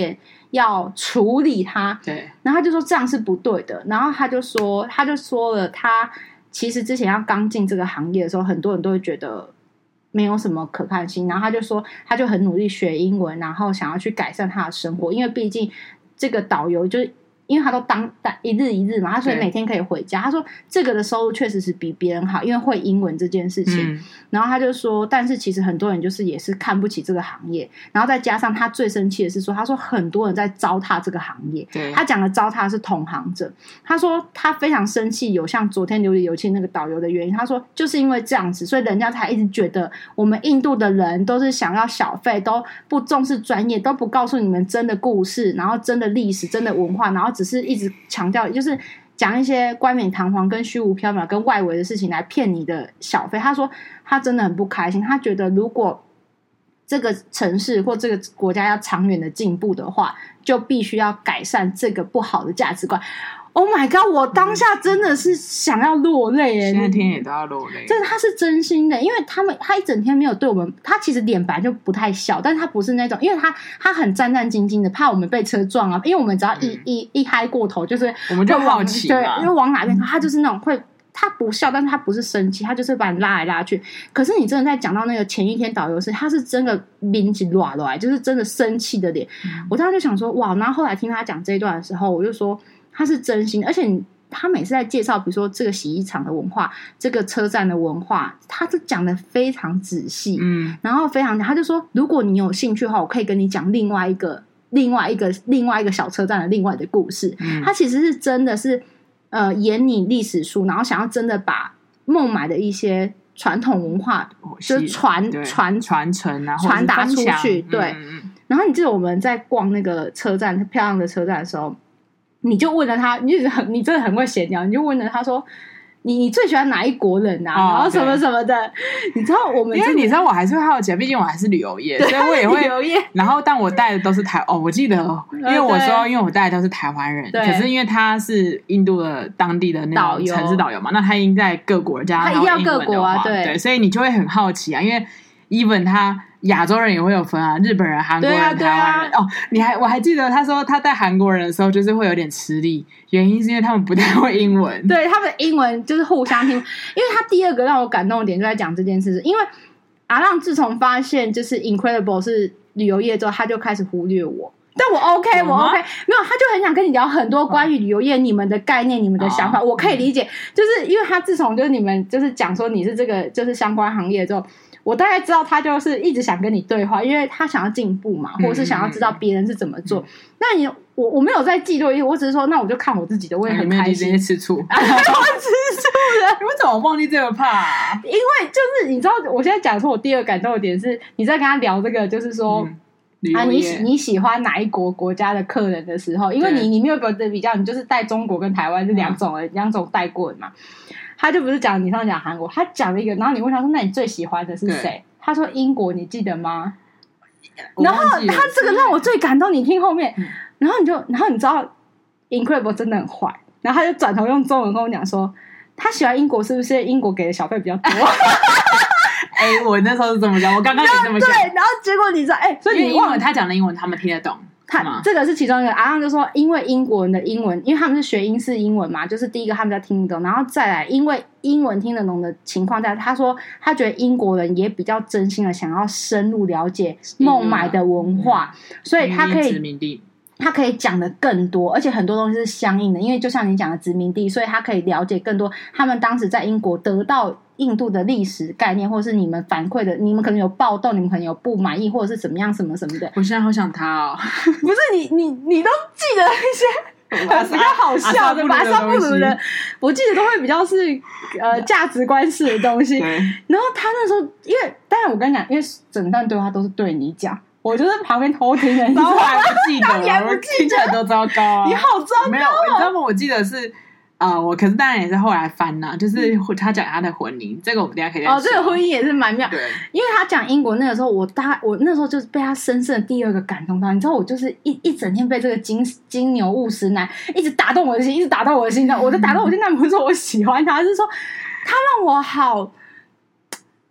要处理他。 对， 然后他就说这样是不对的，然后他就说了，他其实之前要刚进这个行业的时候，很多人都会觉得没有什么可看性，然后他就说他就很努力学英文，然后想要去改善他的生活，因为毕竟这个导游就是因为他都当一日一日嘛，他所以每天可以回家。他说这个的收入确实是比别人好，因为会英文这件事情。然后他就说，但是其实很多人就是也是看不起这个行业，然后再加上他最生气的是说，他说很多人在糟蹋这个行业。他讲的糟蹋是同行者。他说他非常生气，有像昨天琉璃油漆那个导游的原因。他说就是因为这样子，所以人家才一直觉得我们印度的人都是想要小费，都不重视专业，都不告诉你们真的故事，然后真的历史，真的文化，然后只是一直强调就是讲一些冠冕堂皇跟虚无缥缈跟外围的事情来骗你的小费。他说他真的很不开心，他觉得如果这个城市或这个国家要长远的进步的话，就必须要改善这个不好的价值观。Oh my god！ 我当下真的是想要落泪耶， 现在天也都要落泪。 真的，他是真心的，因为他一整天没有对我们，他其实脸本来就不太笑，但是他不是那种，因为他很战战兢兢的，怕我们被车撞啊，因为我们只要一嗨过头，就是我们就好奇， 对，因为往哪边他就是那种会。他不笑，但是他不是生气，他就是把你拉来拉去。可是你真的在讲到那个前一天导游是，他是真的面起落来，就是真的生气的脸。我当时就想说，哇！然后后来听他讲这一段的时候，我就说他是真心，而且他每次在介绍，比如说这个洗衣厂的文化，这个车站的文化，他都讲得非常仔细，然后非常，他就说，如果你有兴趣的话，我可以跟你讲另外一个小车站的另外的故事。他其实是真的是。演你历史书，然后想要真的把孟买的一些传统文化，就是传承啊， 传达出去。对，然后你记得我们在逛那个车站，漂亮的车站的时候，你就问了他，你真的很会闲聊，你就问了他说。你最喜欢哪一国人啊？然后什么什么的，你知道我们， 因为你知道我还是会好奇，毕竟我还是旅游业，所以我也会旅游业。 然后，但我带的都是我记得，因为我说，因为我带的都是台湾人，可是因为他是印度的当地的那种城市导游嘛，那他应在各国家， 他一定要各国啊， 对，所以你就会很好奇啊，因为 even 他。亚洲人也会有分啊，日本人、韩国人、台湾人。我还记得他说他带韩国人的时候，就是会有点吃力，原因是因为他们不太会英文。 对，他们的英文就是互相听。因为他第二个让我感动的点就在讲这件事，因为阿浪自从发现就是 Incredible 是旅游业之后，他就开始忽略我。但我 OK， 没有，他就很想跟你聊很多关于旅游业你们的概念、你们的想法，我可以理解。就是因为他自从就是你们就是讲说你是这个就是相关行业之后。我大概知道他就是一直想跟你对话，因为他想要进步嘛，或者是想要知道别人是怎么做。那我没有在记录，我只是说，那我就看我自己的，我也很开心。 你吃醋，我吃醋了。你为什么忘记这个怕？ 因为就是你知道，我现在讲说我第二感动的点是，你在跟他聊这个，就是说。你喜欢哪一国家的客人的时候，因为你没有比较，你就是带中国跟台湾是两种带过的嘛。他就不是讲你上次讲韩国，他讲了一个，然后你问他说：“那你最喜欢的是谁？”他说：“英国，你记得吗？”然后他这个让我最感动，你听后面，然后你知道 Incredible 真的很坏，然后他就转头用中文跟我讲说，他喜欢英国是不是英国给的小费比较多？ 我那时候是这么讲，我刚刚也这么想。 对，然后结果你知道， 所以你忘了他讲的英文，他们听得懂。 这个是其中一个，阿浪就说，因为英国人的英文，因为他们是学英式英文嘛，就是第一个他们在听得懂，然后再来，因为英文听得懂的情况下，他说他觉得英国人也比较真心的想要深入了解孟买的文化，所以他可以殖民地。他可以讲的更多，而且很多东西是相应的，因为就像你讲的殖民地，所以他可以了解更多他们当时在英国得到印度的历史概念，或者是你们反馈的，你们可能有暴动，你们可能有不满意，或者是怎么样什么什么的。 我现在好想他哦， 不是你都记得那些比较好笑的吧？阿萨布鲁的，我记得都会比较是价值观式的东西。然后他那时候，因为当然我跟你讲，因为整段对话都是对你讲。我就在旁边偷听的， 然后我还不记得，我听起来都糟糕啊！ 你好糟糕， 没有，你知道吗？我记得是我可是当然也是后来翻啦，就是他讲他的婚姻，这个我们等一下可以再说。 这个婚姻也是蛮妙， 对， 因为他讲英国那个时候，我那时候就是被他深深的第二个感动到，你知道，我就是一整天被这个金牛务实男一直打动我的心，一直打动我的心，我就打动我心，但不是说我喜欢他，是说他让我好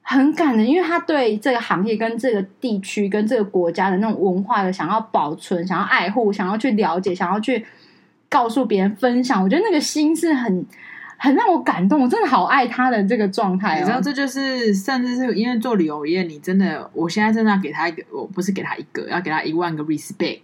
很感人，因为他对这个行业跟这个地区跟这个国家的那种文化的想要保存、想要爱护、想要去了解、想要去告诉别人分享，我觉得那个心是很让我感动，我真的好爱他的这个状态。 你知道，这就是甚至是因为做旅游业，你真的，我现在真的要给他一个，我不是给他一个，要给他10000个 respect。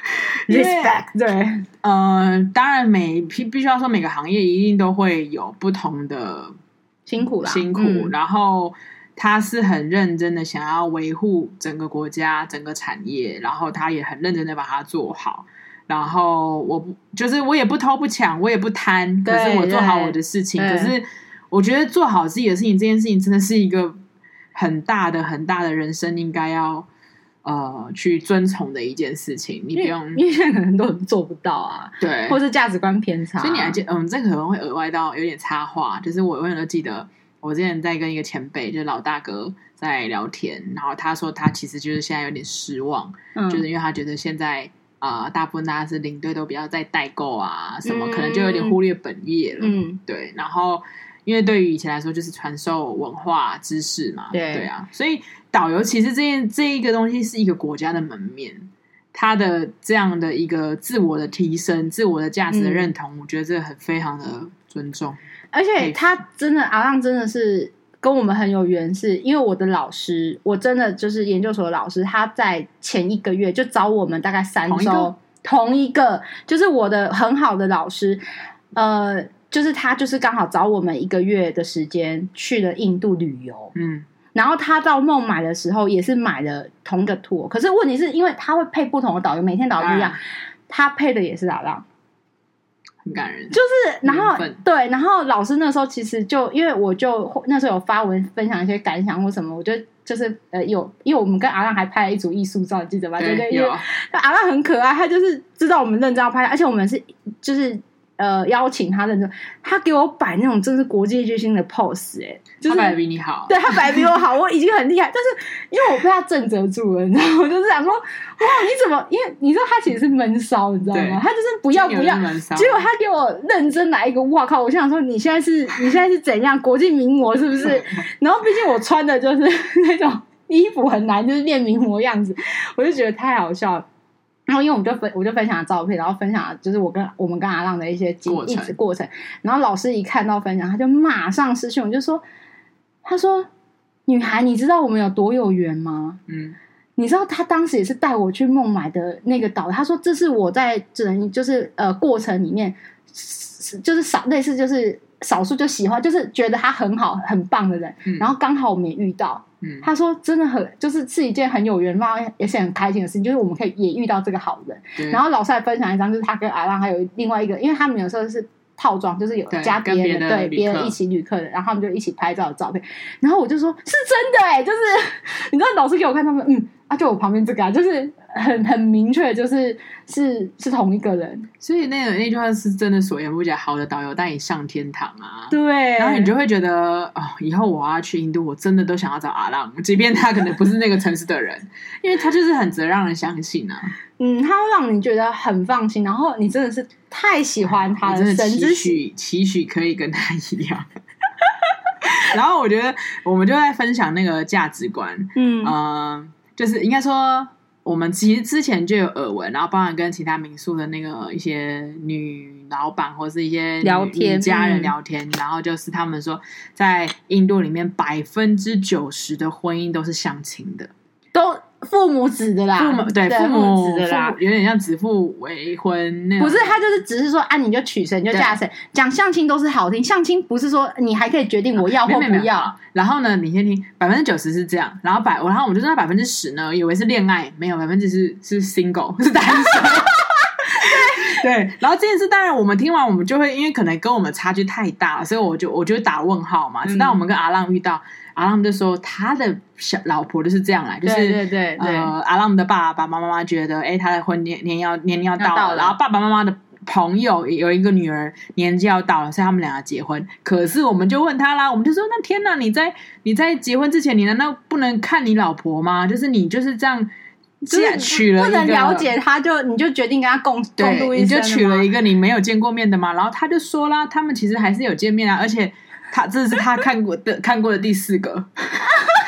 respect 对， 当然必须要说每个行业一定都会有不同的辛苦啦， 然后他是很认真的想要维护整个国家、整个产业，然后他也很认真的把它做好。然后我也不偷不抢，我也不贪，可是我做好我的事情。可是我觉得做好自己的事情，这件事情真的是一个很大的人生应该要去遵从的一件事情。你不用， 因为现在可能都做不到啊， 对， 或是价值观偏差。 所以你还记得，这可能会额外到有点插话，就是我永远都记得，我之前在跟一个前辈，就是老大哥在聊天，然后他说他其实就是现在有点失望，就是因为他觉得现在。大部分大家是领队都比较在代购啊什么，可能就有点忽略本业了。对。然后因为对于以前来说，就是传授文化知识嘛，对啊。所以导游其实这一个东西是一个国家的门面，他的这样的一个自我的提升、自我的价值的认同，我觉得这很非常的尊重。 而且他真的阿浪真的是。跟我们很有缘，是因为我的老师，我真的就是研究所的老师，他在前1个月就找我们大概3周，同一个就是我的很好的老师，就是他就是刚好找我们1个月的时间去了印度旅游，然后他到孟买的时候也是买了同一个 tour， 可是问题是因为他会配不同的导游，每天导游不一样，他配的也是阿浪。 很感人， 就是然后对，然后老师那时候其实就因为我就那时候有发文分享一些感想或什么，我觉得就是因为我们跟阿浪还拍了一组艺术照，你记得吧？对对，因为阿浪很可爱，他就是知道我们认真要拍，而且我们是就是邀请他认真，他给我摆那种真是国际巨星的 pose， 就是他摆比你好， 对，他摆比我好，我已经很厉害，但是因为我被他震慑住了，你知道吗？我就是想说，哇，你怎么？因为你知道他其实是闷骚，你知道吗？他就是不要，结果他给我认真来一个，哇靠！我想说，你现在是怎样国际名模是不是？然后毕竟我穿的就是那种衣服很难，就是练名模样子，我就觉得太好笑了。然后因为我就分享了照片，然后分享了就是我们跟阿浪的一些过程，然后老师一看到分享，他就马上私讯我，就说，他说女孩，你知道我们有多有缘吗？你知道他当时也是带我去孟买的那个岛，他说这是我在就是过程里面就是类似就是少数就喜欢就是觉得他很好很棒的人，然后刚好我们也遇到。他说真的是一件很有缘分也是很开心的事情，就是我们可以也遇到这个好人。然后老师还分享一张，就是他跟阿浪还有另外一个，因为他们有时候是套装，就是有加别人对别人一起旅客的，然后他们就一起拍照的照片。然后我就说是真的就是你知道老师给我看他们就我旁边这个就是很明确，就是同一个人。所以那句话是真的所言不假，好的导游带你上天堂啊。 对， 然后你就会觉得以后我要去印度，我真的都想要找阿浪，即便他可能不是那个城市的人，因为他就是很值得让人相信啊。 他会让你觉得很放心，然后你真的是太喜欢他了， 真的期许可以跟他一样。然后我觉得我们就在分享那个价值观，就是应该说我们其实之前就有耳闻，然后包含跟其他民宿的那个一些女老板或是一些女家人聊天，然后就是他们说在印度里面90%的婚姻都是相亲的， 都父母指的啦， 父母指的啦，有点像指腹为婚那种。 不是，他就是只是说你就娶谁你就嫁谁。讲相亲都是好听，相亲不是说你还可以决定我要或不要。 然后呢，你先听，90%是这样，然后我们就说那10%呢，以为是恋爱，没有，10%是 single 是单身。对，然后这件事当然我们听完，我们就会因为可能跟我们差距太大了，所以我就打问号嘛。直到我们跟阿浪遇到，阿浪就说他的老婆就是这样来，就是对阿浪的爸爸妈妈觉得他的婚年龄要到了，然后爸爸妈妈的朋友有一个女儿年纪要到了，所以他们两个结婚。可是我们就问他啦，我们就说那天哪，你在结婚之前，你难道不能看你老婆吗？就是你就是这样。 就是娶了一个不能了解他，你就决定跟他共度一生， 你就娶了一个你没有见过面的嘛。然后他就说啦，他们其实还是有见面啊，而且这是他看过的第4个。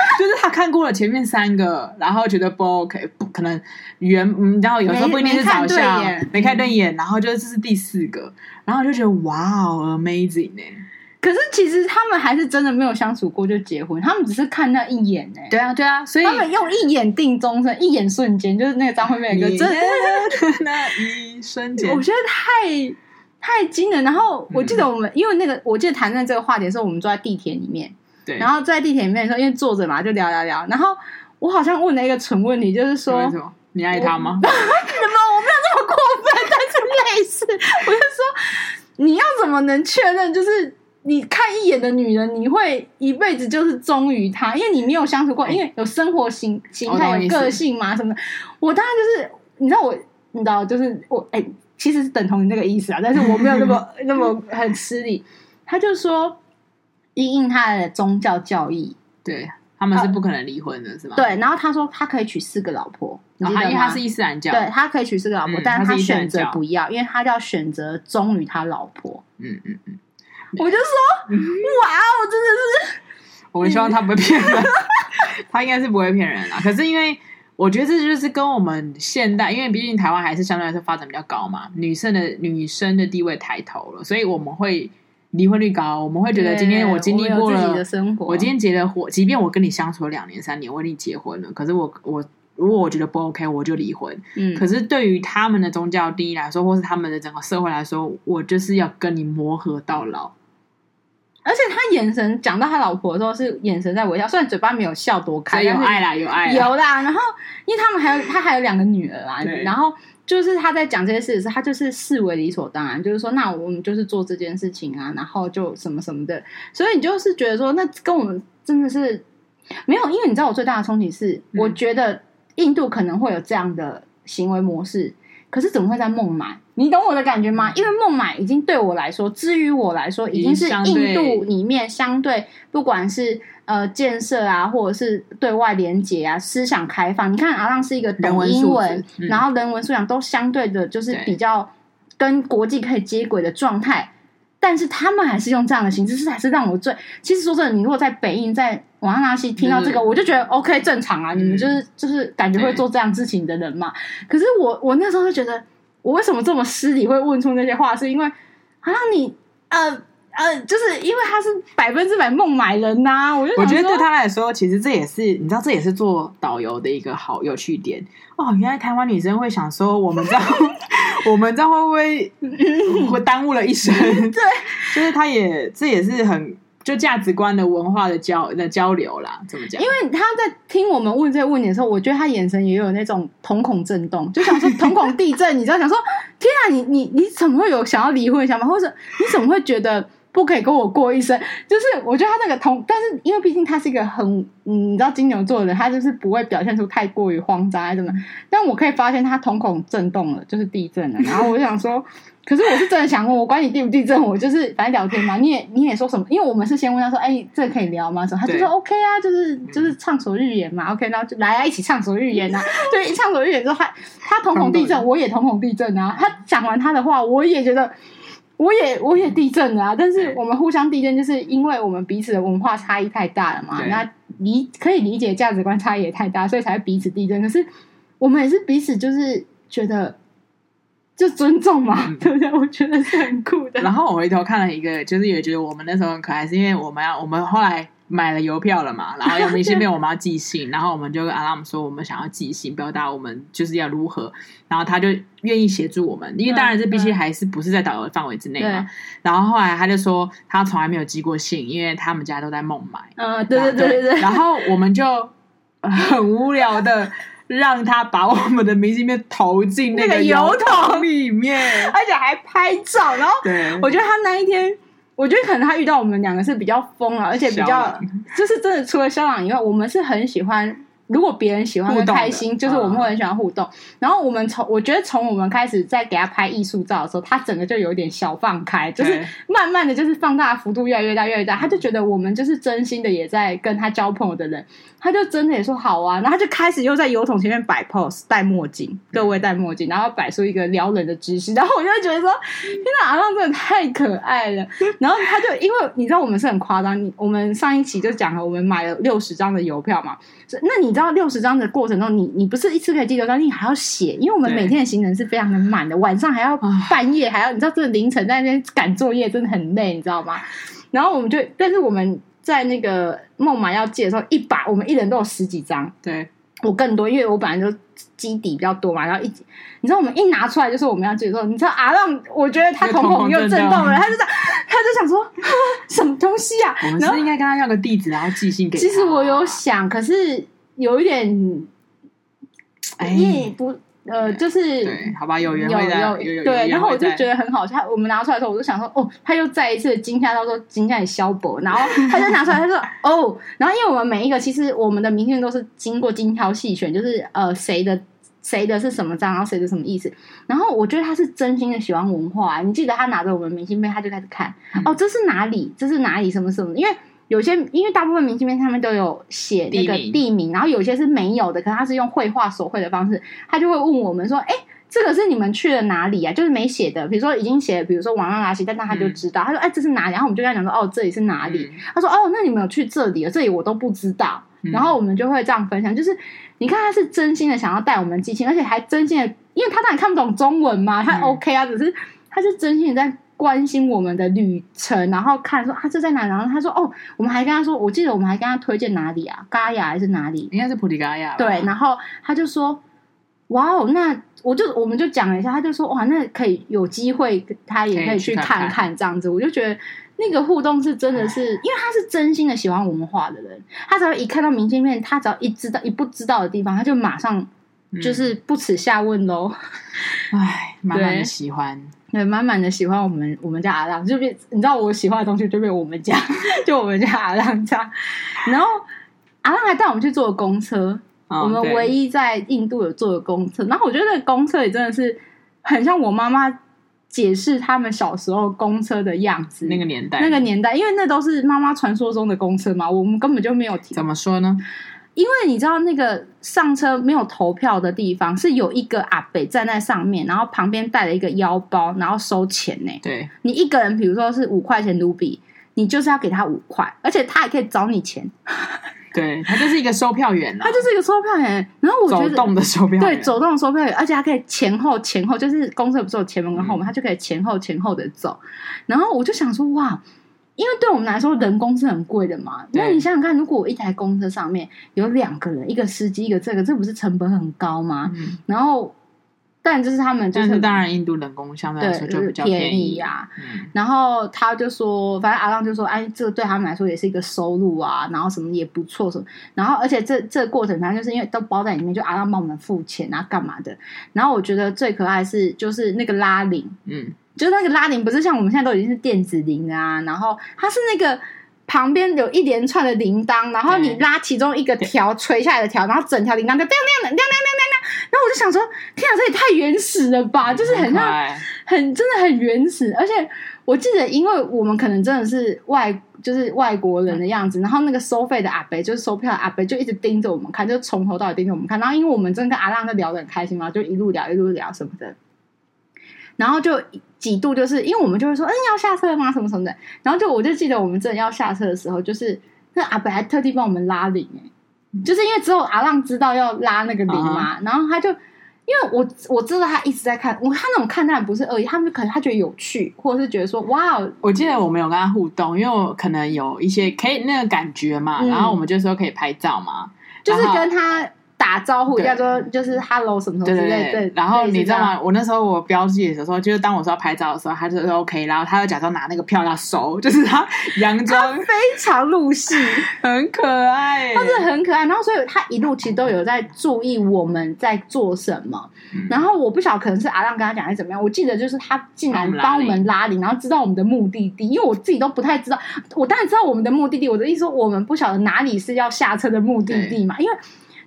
看过了前面3个，然后觉得不 OK， 不可能你知道有时候不一定是找笑，没看对眼，然后就这是第4个，然后就觉得哇哦 amazing 欸。 可是其实他们还是真的没有相处过就结婚，他们只是看那一眼欸。 对啊对啊，所以他们用一眼定终身，一眼瞬间，就是那个张惠妹的歌，真的那一瞬间， 我觉得太惊人。然后我记得我们，因为我记得谈论这个话题的时候，我们坐在地铁里面， 对， 然后在地铁里面的时候，因为坐着嘛，就聊，然后我好像问了一个蠢问题，就是说， 你爱他吗？ 我没有那么过分，但是类似，我就说，你要怎么能确认，就是你看一眼的女人，你会一辈子就是忠于她，因为你没有相处过，因为有生活形态、有个性嘛什么的。我当然就是，你知道，就是我其实是等同你那个意思啊，但是我没有那么很失礼。他就说，因应他的宗教教义， 对他们是不可能离婚的，是吗？ 对，然后他说他可以娶4个老婆，因为他是伊斯兰教， 对他可以娶4个老婆，但是他选择不要，因为他要选择忠于他老婆。我就说，哇哦，真的是， 我们希望他不会骗人，他应该是不会骗人啦。可是因为我觉得这就是跟我们现代，因为毕竟台湾还是相对来说发展比较高嘛，女生的地位抬头了，所以我们会离婚率高，我们会觉得今天我经历过了自己的生活， 我今天结了婚，即便我跟你相处了2年3年，我跟你结婚了，可是我如果我觉得不 OK， 我就离婚。可是对于他们的宗教定义来说，或是他们的整个社会来说，我就是要跟你磨合到老。 而且他眼神讲到他老婆的时候是眼神在微笑，虽然嘴巴没有笑多开， 有爱啦，有啦。然后因为他还有2个女儿啦，然后就是他在讲这些事的时候，他就是视为理所当然，就是说那我们就是做这件事情啊，然后就什么什么的。所以你就是觉得说，那跟我们真的是没有，因为你知道我最大的冲击是，我觉得印度可能会有这样的行为模式。可是怎么会在孟买？你懂我的感觉吗？因为孟买已经对我来说，至于我来说，已经是印度里面相对不管是建设啊，或者是对外连结啊，思想开放。你看阿浪是一个懂英文，然后人文素养都相对的，就是比较跟国际可以接轨的状态。但是他们还是用这样的形式，是还是让我其实说真的，你如果在北印在瓦拉纳西听到这个，我就觉得 OK 正常啊，你们就是感觉会做这样事情的人嘛。可是我那时候就觉得，我为什么这么失礼会问出那些话，是因为好像你就是因为他是100%孟买人呐、我觉得对他来说，其实这也是你知道，这也是做导游的一个好有趣点哦。原来台湾女生会想说，我们这样会不会耽误了一生？ 对， 就是这也是很就价值观的文化的交流啦。怎么讲？ 因为他在听我们问这些问题的时候，我觉得他眼神也有那种瞳孔震动，就想说瞳孔地震，你知道，想说天啊，你怎么会有想要离婚的想法，或者你怎么会觉得不可以跟我过一生？就是我觉得他那个但是因为毕竟他是一个很你知道金牛座的人，他就是不会表现出太过于慌张还是什么，但我可以发现他瞳孔震动了，就是地震了。然后我想说，可是我是真的想问，我管你地不地震，我就是反正聊天嘛。你也说什么？因为我们是先问他说，这可以聊吗？什么？他就说 OK 啊，就是畅所欲言嘛。OK， 然后就来啊，一起畅所欲言啊。对，一畅所欲言之后，他瞳孔地震，我也瞳孔地震啊。他讲完他的话，我也觉得。我也地震了啊，但是我们互相地震，就是因为我们彼此的文化差异太大了嘛，那可以理解价值观差异也太大，所以才会彼此地震。可是我们也是彼此就是觉得就尊重嘛，对不对？我觉得是很酷的。 然后我回头看了一个，就是也觉得我们那时候很可爱，是因为我们后来买了邮票了嘛，然后有明信片我们要寄信，然后我们就跟阿拉姆说我们想要寄信，表达我们就是要如何，然后他就愿意协助我们，因为当然这毕竟还是不是在导游的范围之内嘛。然后后来他就说他从来没有寄过信，因为他们家都在孟买。 对。 然后我们就很无聊的让他把我们的明信片投进那个邮筒里面， 而且还拍照。然后我觉得他那一天。我觉得可能他遇到我们2个是比较疯了，而且比较就是真的除了肖朗以外，我们是很喜欢如果别人喜欢跟开心，就是我们会很喜欢互动。然后我觉得从我们开始在给他拍艺术照的时候，他整个就有点小放开，就是慢慢的就是放大的幅度越来越大越来越大，他就觉得我们就是真心的也在跟他交朋友的人，他就真的也说好啊，然后他就开始又在油桶前面摆 pose， 戴墨镜，各位戴墨镜，然后摆出一个撩人的姿势，然后我就会觉得说天哪，阿浪真的太可爱了。然后他就因为你知道我们是很夸张，我们上一期就讲了我们买了60张的邮票嘛，那你知道60张的过程中，你不是一次可以寄6张，你还要写，因为我们每天的行程是非常的满的，晚上还要半夜还要，你知道真的凌晨在那边赶作业真的很累，你知道吗？然后我们就，但是我们在那个孟买要寄的时候，我们一人都有10几张， 对， 我更多，因为我本来就基底比较多嘛，然后你知道我们一拿出来就是我们要寄的时候，你知道阿浪，我觉得他瞳孔又震动了，他就想说什么东西啊？ 我们是应该跟他要个地址，然后寄信给他。 其实我有想，可是有一点，也不就是对，好吧，有缘会有对，然后我就觉得很好笑。我们拿出来的时候，我就想说，哦，他又再一次惊吓到说惊吓你消薄，然后他就拿出来，他说哦，然后因为我们每一个其实我们的明信片都是经过精挑细选，就是谁的是什么章，然后谁的什么意思。然后我觉得他是真心的喜欢文化，你记得他拿着我们明信片，他就开始看，哦，这是哪里，这是哪里，什么什么，因为大部分明信片他们都有写那个地名，然后有些是没有的，可是他是用绘画手绘的方式，他就会问我们说，哎，这个是你们去了哪里啊？就是没写的，比如说已经写了，比如说瓦拉纳西，但他就知道，他说，哎，这是哪里？然后我们就跟他讲说，哦，这里是哪里？他说，哦，那你们有去这里了？这里我都不知道。然后我们就会这样分享，就是你看他是真心的想要带我们寄信，而且还真心的，因为他当然看不懂中文嘛，他 OK 啊，只是他是真心的在关心我们的旅程，然后看说这在哪，然后他说哦，我们还跟他说，我记得我们还跟他推荐哪里啊，嘎雅还是哪里？ 应该是普里嘎雅。 对，然后他就说，哇哦，那我们就讲了一下，他就说哇，那可以有机会他也可以去看看这样子，我就觉得那个互动是真的是，因为他是真心的喜欢我们画的人，他只要一看到明信片，他只要一不知道的地方，他就马上就是不耻下问咯。 哎，满满的喜欢。 对，满满的喜欢我们家阿浪，就变你知道我喜欢的东西就变我们家，就我们家阿浪这样。然后阿浪还带我们去坐公车，我们唯一在印度有坐的公车。然后我觉得那个公车也真的是很像我妈妈解释他们小时候公车的样子， 那个年代， 因为那都是妈妈传说中的公车嘛，我们根本就没有提。 怎么说呢？ 因为你知道那个上车没有投票的地方是有一个阿伯站在上面，然后旁边带了一个腰包，然后收钱呢。 对， 你一个人比如说是5块钱卢比，你就是要给他5块，而且他也可以找你钱。 对，他就是一个售票员他就是一个售票员。然后我觉得走动的售票员， 对，走动的售票员，而且他可以前后，就是公车不是有前门跟后门，他就可以前后的走。然后我就想说，哇！因为对我们来说人工是很贵的嘛，那你想想看，如果我一台公车上面有2个人，一个司机一个这不是成本很高吗？然后但就是他们就是， 但是当然印度人工相对来说就比较便宜啊。然后他就说，反正阿浪就说，哎，这个对他们来说也是一个收入啊，然后什么也不错什么。然后而且这个过程中就是因为都包在里面，就阿浪帮我们付钱啊干嘛的。然后我觉得最可爱是就是那个拉铃，就是那个拉铃不是像我们现在都已经是电子铃啊，然后它是那个旁边有一连串的铃铛，然后你拉其中一个条垂下来的条，然后整条铃铛就亮亮的亮亮亮亮亮，然后我就想说，天啊，这也太原始了吧，就是很像真的很原始。而且我记得，因为我们可能真的是外国人的样子，然后那个收费的阿伯就是收票的阿伯就一直盯着我们看，就从头到尾盯着我们看。然后因为我们真的跟阿浪在聊得很开心嘛，就一路聊什么的，然后就几度就是因为我们就会说要下车吗什么什么的，然后我就记得我们真的要下车的时候，就是那阿伯还特地帮我们拉铃就是因为只有阿浪知道要拉那个铃嘛，然后他就因为我知道他一直在看，他那种看当然不是恶意，他们可能他觉得有趣，或者是觉得说哇，我记得我们有跟他互动，因为我可能有一些可以那个感觉嘛，然后我们就说可以拍照嘛， 就是跟他打招呼，叫做就是 hello 什么什么之类的。对， 然后你知道吗？我那时候我标记的时候，就是当我说要拍照的时候，他就说 OK， 然后他就假装拿那个票要收，就是他佯装非常入戏， 很可爱， 他真的很可爱。然后所以他一路其实都有在注意我们在做什么。然后我不晓得可能是阿浪跟他讲还是怎么样，我记得就是他竟然帮我们拉铃，然后知道我们的目的地，因为我自己都不太知道。我当然知道我们的目的地，我的意思说我们不晓得哪里是要下车的目的地嘛，因为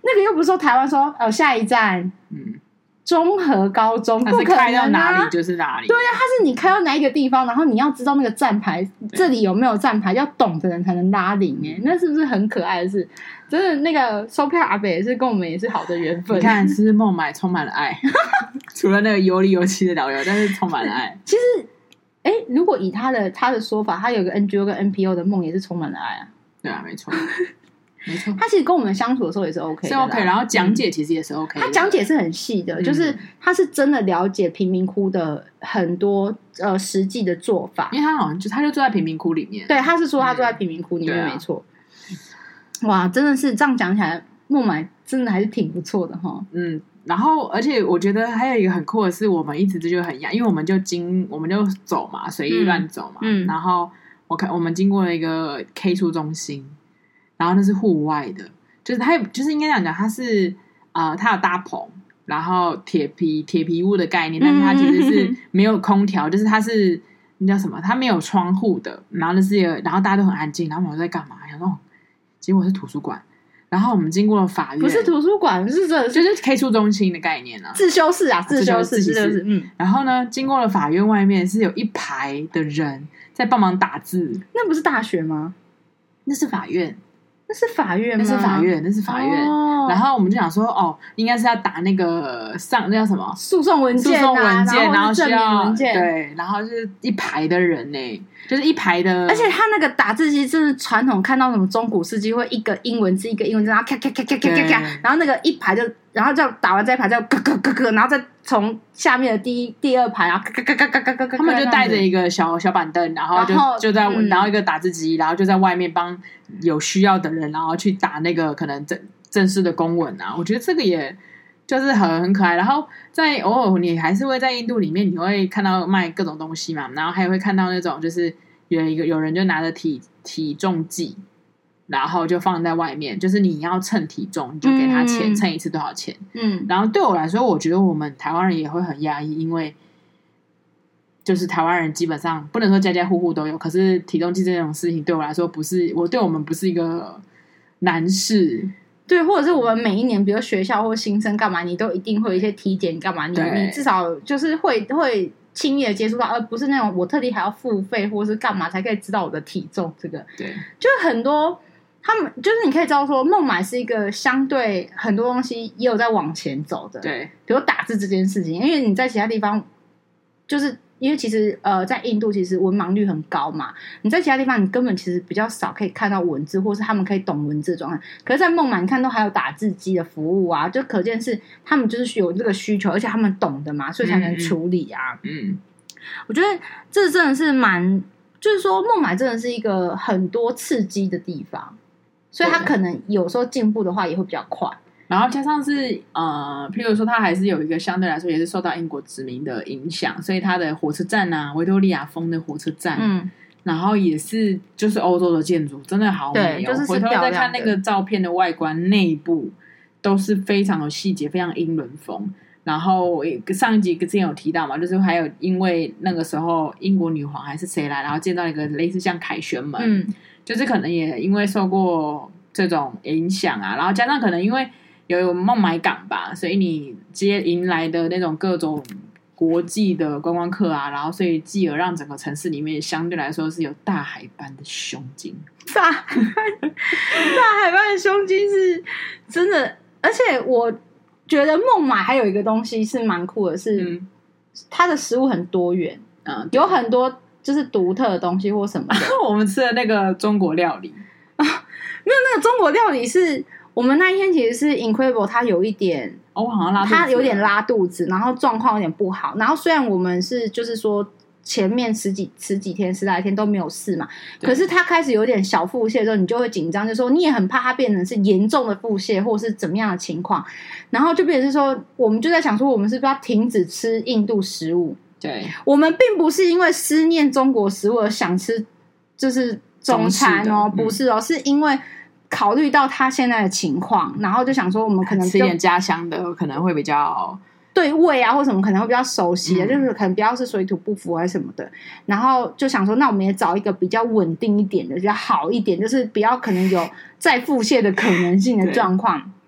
那个又不是说台湾说下一站中和高中， 不可能啊，它是开到哪里就是哪里。 对啊，它是你开到哪一个地方，然后你要知道那个站牌这里有没有站牌，要懂的人才能拉铃那是不是很可爱的事？真的，那个收票阿伯也是跟我们也是好的缘分。 你看，是孟买充满了爱，除了那个油里油气的导游，但是充满了爱。 其实，如果以他的说法，他有个 NGO 跟 NPO 的梦也是充满了爱啊。 对啊，没错。没错， 他其实跟我们相处的时候也是 OK 的， 是 OK， 然后讲解其实也是 OK 的， 他讲解是很细的，就是他是真的了解贫民窟的很多实际的做法， 因为他好像他就住在贫民窟里面， 对，他是说他住在贫民窟里面，没错。哇，真的是这样讲起来，孟买真的还是挺不错的哈。 然后而且我觉得还有一个很酷的是，我们一直就很一样，因为我们就走嘛，随意乱走嘛，然后我们经过了一个 K 书中心。然后那是户外的，就是它就是应该讲它是它有搭棚，然后铁皮屋的概念，但是它其实是没有空调，就是它是那叫什么？它没有窗户的。然后那是然后大家都很安静，然后我们在干嘛？想说，结果是图书馆。然后我们经过了法院， 不是图书馆，是这就是 K 书中心的概念啊， 自修室啊，自修室。 然后呢，经过了法院外面是有一排的人在帮忙打字。 那不是大学吗？ 那是法院。 那是法院吗？ 那是法院。然后我们就想说，应该是要打那个那叫什么诉讼文件， 然后证明文件， 对，然后就是一排的人呢，就是一排的， 而且他那个打字机真的传统，看到什么中古世纪会一个英文字一个英文字，然后咔咔咔咔咔咔咔，然后那个一排就，然后就打完这一排就咯咯咯咯，然后再从下面的第二排，然后咔咔咔咔咔咔咔， 他们就带着一个小板凳，然后就在然后一个打字机，然后就在外面帮有需要的人，然后去打那个可能正式的公文啊。我觉得这个也就是很可爱。然后在偶尔你还是会在印度里面，你会看到卖各种东西嘛，然后还会看到那种就是有人就拿着体重计，然后就放在外面，就是你要称体重，你就给他钱，称一次多少钱。然后对我来说，我觉得我们台湾人也会很压抑，因为就是台湾人基本上不能说家家户户都有，可是体重计这种事情对我来说对我们不是一个难事。 对，或者是我们每一年比如学校或新生干嘛，你都一定会有一些体检干嘛，你至少就是会轻易的接触到，而不是那种我特地还要付费或是干嘛才可以知道我的体重。这个对， 就是很多他们就是你可以知道说，孟买是一个相对很多东西也有在往前走的。 对， 比如打字这件事情，因为你在其他地方就是因为其实在印度其实文盲率很高嘛，你在其他地方你根本其实比较少可以看到文字，或是他们可以懂文字的状态。可是在孟买你看都还有打字机的服务啊，就可见是他们就是有这个需求，而且他们懂的嘛，所以才能处理啊。我觉得这真的是就是说孟买真的是一个很多刺激的地方，所以他可能有时候进步的话也会比较快。 然后加上是譬如说它还是有一个相对来说也是受到英国殖民的影响，所以它的火车站啊，维多利亚风的火车站，然后也是就是欧洲的建筑，真的好美哦。回头再看那个照片的外观，内部都是非常有细节，非常英伦风。然后上一集之前有提到嘛，就是还有因为那个时候英国女皇还是谁来，然后建造一个类似像凯旋门，就是可能也因为受过这种影响啊，然后加上可能因为有孟买港吧，所以你迎来的那种各种国际的观光客啊，然后所以继而让整个城市里面相对来说是有大海般的胸襟。 大海般的胸襟是真的，而且我觉得孟买还有一个东西是蛮酷的是，它的食物很多元，有很多就是独特的东西或什么的。 我们吃的那个中国料理没有，那个中国料理是我们那一天其实是 Incredible， 它有一点我好像拉肚子， 它有点拉肚子，然后状况有点不好。然后虽然我们是就是说前面十几天10来天都没有事嘛，可是它开始有点小腹泻的时候，你就会紧张，就说你也很怕它变成是严重的腹泻或是怎么样的情况，然后就变成是说我们就在想说我们是不是要停止吃印度食物。 对， 我们并不是因为思念中国食物而想吃就是中餐哦，不是哦，是因为考虑到他现在的情况，然后就想说我们可能吃一点家乡的可能会比较对胃啊或什么可能会比较熟悉的，就是可能不要是水土不服还是什么的，然后就想说那我们也找一个比较稳定一点的比较好一点，就是不要可能有再腹泻的可能性的状况。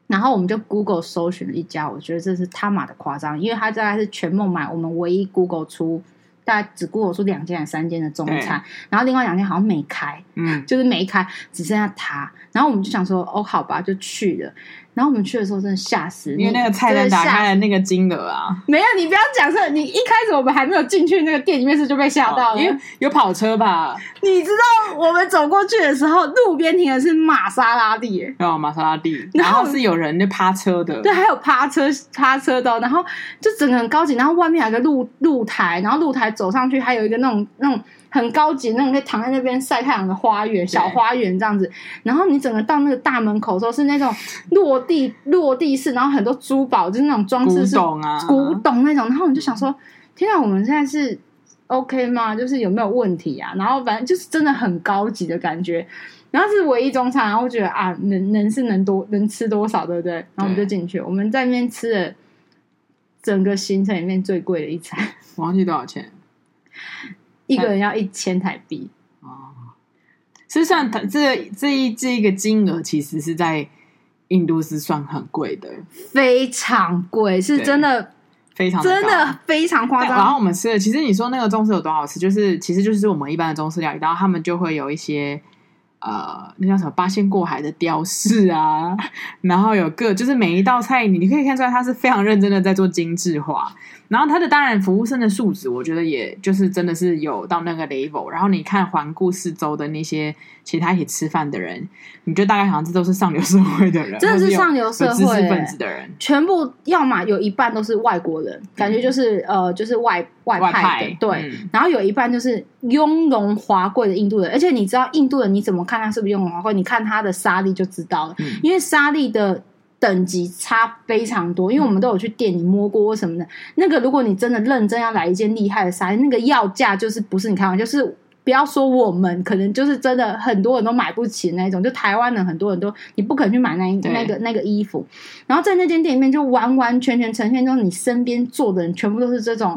然后我们就 Google 搜寻了一家，我觉得这是他妈的夸张，因为他大概是全梦买我们唯一 Google 出大概只 Google 出2间还是3间的中餐，然后另外2间好像没开，就是没开，只剩下他。然后我们就想说，哦，好吧，就去了。然后我们去的时候真的吓死， 因为那个菜单打开的那个金额啊， 没有，你不要讲这，你一开始我们还没有进去那个店里面时就被吓到了， 因为有跑车吧？ 你知道我们走过去的时候，路边停的是玛莎拉蒂耶， 玛莎拉蒂，然后是有人就趴车的， 对，还有趴车的，然后就整个很高级，然后外面还有个露台，然后露台走上去还有一个那种很高级那种可以躺在那边晒太阳的花园，小花园这样子。然后你整个到那个大门口的时候是那种落地式，然后很多珠宝，就是那种装饰是古董那种。然后你就想说，天啊，我们现在是 OK 吗？就是有没有问题啊？然后反正就是真的很高级的感觉。然后是唯一中餐，然后我觉得啊，能吃多少，对不对？然后我们就进去，我们在那边吃了整个行程里面最贵的一餐， 我忘记多少钱。 一个人要1000台币哦，是算这一个金额，其实是在印度是算很贵的， 非常贵，是真的非常真的非常夸张。 然后我们吃的，其实你说那个中式有多好吃，其实就是我们一般的中式料理，然后他们就会有一些那叫什么八仙过海的雕饰啊，然后就是每一道菜你可以看出来他是非常认真的在做精致化。然后他的当然服务生的素质我觉得也就是真的是有到那个 level， 然后你看环顾四周的那些其他一起吃饭的人，你就大概好像这都是上流社会的人， 真的是上流社会知识分子的人， 全部要么有一半都是外国人，感觉就是就是外派的，对，然后有一半就是雍容华贵的印度人。而且你知道印度人你怎么看他是不是雍容华贵，你看他的沙粒就知道了，因为沙粒的等级差非常多，因为我们都有去店里摸过什么的，那个如果你真的认真要来一件厉害的沙粒，那个要价就是不是你开玩笑，就是不要说我们，可能就是真的很多人都买不起那种，就台湾人很多人都你不可能去买那个衣服。然后在那间店里面就完完全全呈现中你身边坐的人全部都是这种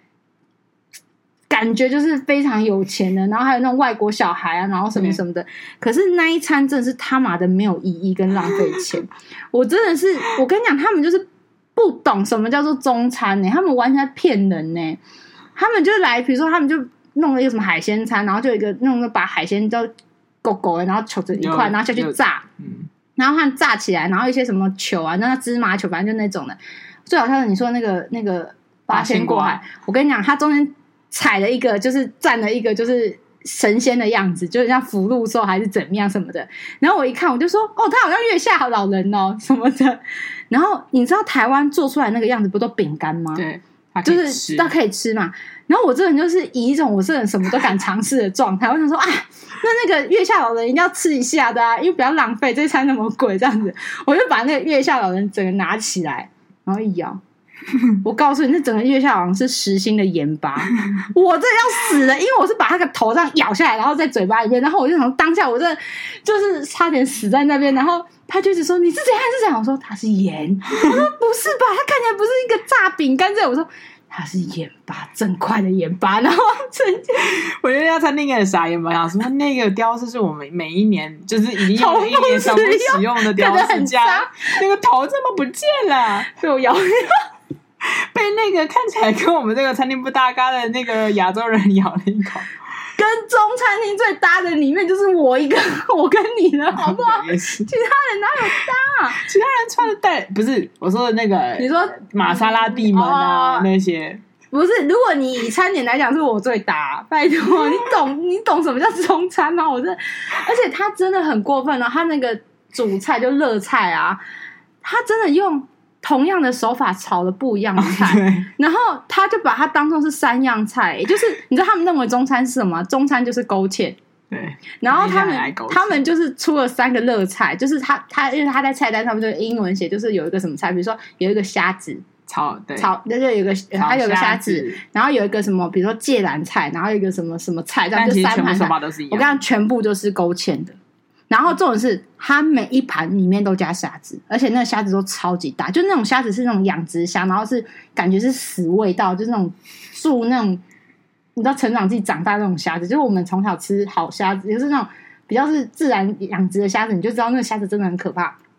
感觉，就是非常有钱的，然后还有那种外国小孩啊，然后什么什么的。可是那一餐真的是他妈的没有意义跟浪费钱。我真的是，我跟你讲，他们就是不懂什么叫做中餐他们完全在骗人他们就来，比如说他们就弄了一个什么海鲜餐，然后就有一个弄个把海鲜都勾勾的，然后揪着一块，然后下去炸，然后它炸起来，然后一些什么球啊，那芝麻球，反正就那种的。最好笑的，你说那个八仙过海，我跟你讲，它中间踩了一个，就是站了一个，就是神仙的样子，就是像福禄寿还是怎么样什么的。然后我一看，我就说，哦，他好像月下老人哦什么的。然后你知道台湾做出来那个样子不都饼干吗？ 对， 就是他可以吃嘛。然后我这人就是以一种我这人什么都敢尝试的状态，我想说啊，那个月下老人一定要吃一下的因为不要浪费，这一餐那么贵，这样子，我就把那个月下老人整个拿起来，然后一咬。我告诉你，那整个月下老人是实心的盐巴，我真的要死了，因为我是把他的头这样咬下来，然后在嘴巴里面，然后我就想当下我真的就是差点死在那边，然后他就一直说你是怎样是怎样，我说他是盐，他说不是吧，他看起来不是一个炸饼干这样，我说它是盐巴，整块的盐巴，然后我觉得那餐厅也傻眼吧，想说那个雕饰是我们每一年就是已经用了1年重复使用的雕饰架，那个头怎么不见了？ 被我咬被那个看起来跟我们这个餐厅不搭嘎的那个亚洲人咬了一口。 跟中餐厅最搭的里面就是我一个，我跟你了，好不好？其他人哪有搭？ 其他人穿的不是我说的那个， 你说玛莎拉蒂们那些， 不是。如果你以餐点来讲，是我最搭，拜托，你懂什么叫中餐吗？我真的，而且他真的很过分他那个主菜就热菜啊，他真的用同样的手法炒了不一样的菜，然后他就把它当作是3样菜，就是你知道他们认为中餐是什么？中餐就是勾芡， 对。 然后他们就是出了3个热菜，就是他因为他在菜单上面就英文写，就是有一个什么菜，比如说有一个虾子炒，那就有个它有个虾子，然后有一个什么，比如说芥兰菜，然后有一个什么什么菜，这样就3盘菜，我刚刚全部都是勾芡的。然后重点是它每一盘里面都加虾子，而且那个虾子都超级大，就那种虾子是那种养殖虾，然后是感觉是死味道，就是那种住那种你知道成长自己长大那种虾子，就是我们从小吃好虾子，就是那种比较是自然养殖的虾子，你就知道那个虾子真的很可怕。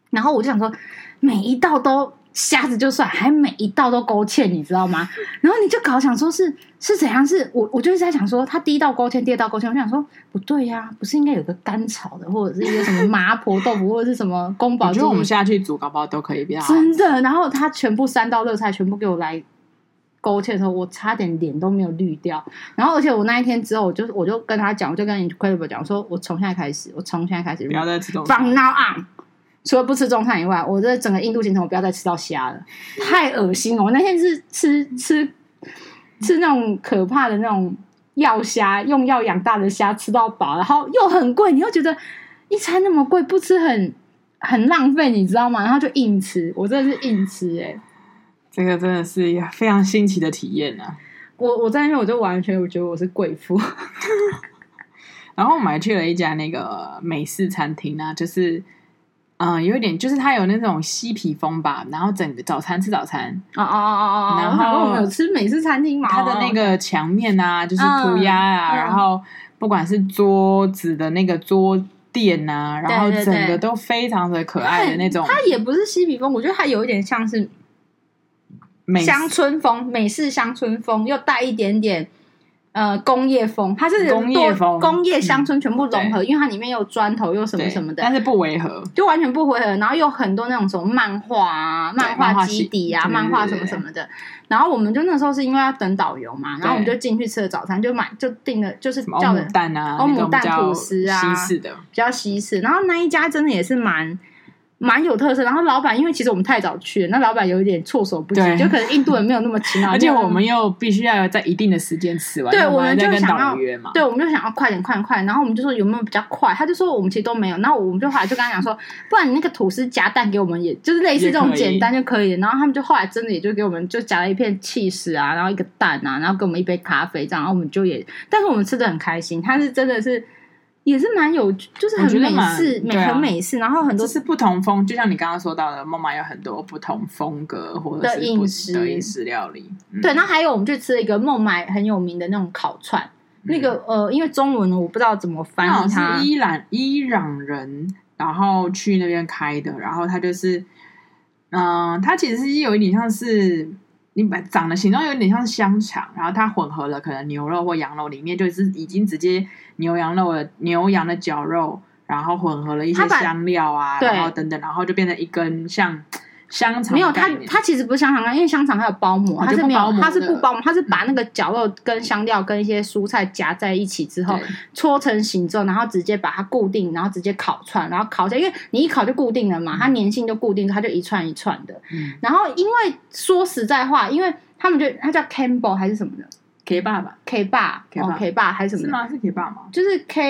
然后我就想说，每一道都虾子就算，还每一道都勾芡，你知道吗？然后你就搞想说是怎样？是我就一直在想说，他第一道勾芡，第二道勾芡，我就想说不对呀、不是应该有个干炒的，或者是一个什么麻婆豆腐，或者是什么宫保鸡丁？ 我觉得我们下去煮搞不好都可以比较好。 真的，然后他全部3道热菜全部给我来勾芡的时候，我差点脸都没有绿掉。然后而且我那一天之后，我就跟他讲，我就跟 Incredible 讲说，我从现在开始不要再吃中餐 ，from now on。除了不吃中餐以外，我这整个印度行程我不要再吃到虾了，太恶心了。我那天是吃那种可怕的那种药虾，用药养大的虾，吃到饱，然后又很贵，你又觉得一餐那么贵，不吃很浪费，你知道吗？然后就硬吃，我真的是硬吃这个真的是一个非常新奇的体验啊！ 我在那边我就完全我觉得我是贵妇。 然后我们还去了一家那个美式餐厅啊，就是有一点就是它有那种嬉皮风吧，然后整个早餐吃早餐然后我们有吃美式餐厅嘛， 它的那个墙面啊就是涂鸦啊，然后不管是桌子的那个桌垫啊，然后整个都非常的可爱的那种。 它也不是嬉皮风，我觉得它有一点像是乡村风，美式乡村风，又带一点点工业风，它是工业乡村全部融合，因为它里面有砖头又什么什么的， 但是不违和， 就完全不违和。然后有很多那种什么漫画啊、漫画基底啊、漫画什么什么的。然后我们就那时候是因为要等导游嘛，然后我们就进去吃了早餐，就订了就是叫的欧姆蛋啊、 欧姆蛋吐司啊， 西式的比较西式。然后那一家真的也是蛮有特色，然后老板因为其实我们太早去了，那老板有一点措手不及，就可能印度人没有那么勤劳， 而且我们又必须要在一定的时间吃完， 对，我们就想要约嘛， 对，我们就想要快点，然后我们就说有没有比较快，他就说我们其实都没有，然后我们就后来就跟他讲说，不然你那个吐司夹蛋给我们，也就是类似这种简单就可以了，然后他们就后来真的也就给我们就夹了一片起司啊，然后一个蛋啊，然后给我们一杯咖啡这样，然后我们就但是我们吃的很开心，他是真的是。也是蛮有，就是很美式，很美式，然后很多是不同风，就像你刚刚说到的，梦玛有很多不同风格或者是的饮食料理。 对，然后还有我们去吃了一个孟买很有名的那种烤串，那个因为中文呢我不知道怎么翻译它， 是伊朗人，然后去那边开的，然后它就是，它其实是有一点像是。你长的形状有点像香肠，然后它混合了可能牛肉或羊肉，里面就是已经直接牛羊的绞肉，然后混合了一些香料啊，然后等等，然后就变成一根像香肠。 没有，它其实不是香肠，因为香肠它有包膜，它是没有，它是不包膜，它是把那个绞肉跟香料跟一些蔬菜夹在一起之后，搓成形之后，然后直接把它固定，然后直接烤串，然后烤起来，因为你一烤就固定了嘛，它粘性就固定，它就一串一串的。然后因为说实在话，因为他们它叫 Campbell 还是什么的 K 爸吧 K 爸还是什么的？ 是吗？是 K 爸吗？ 就是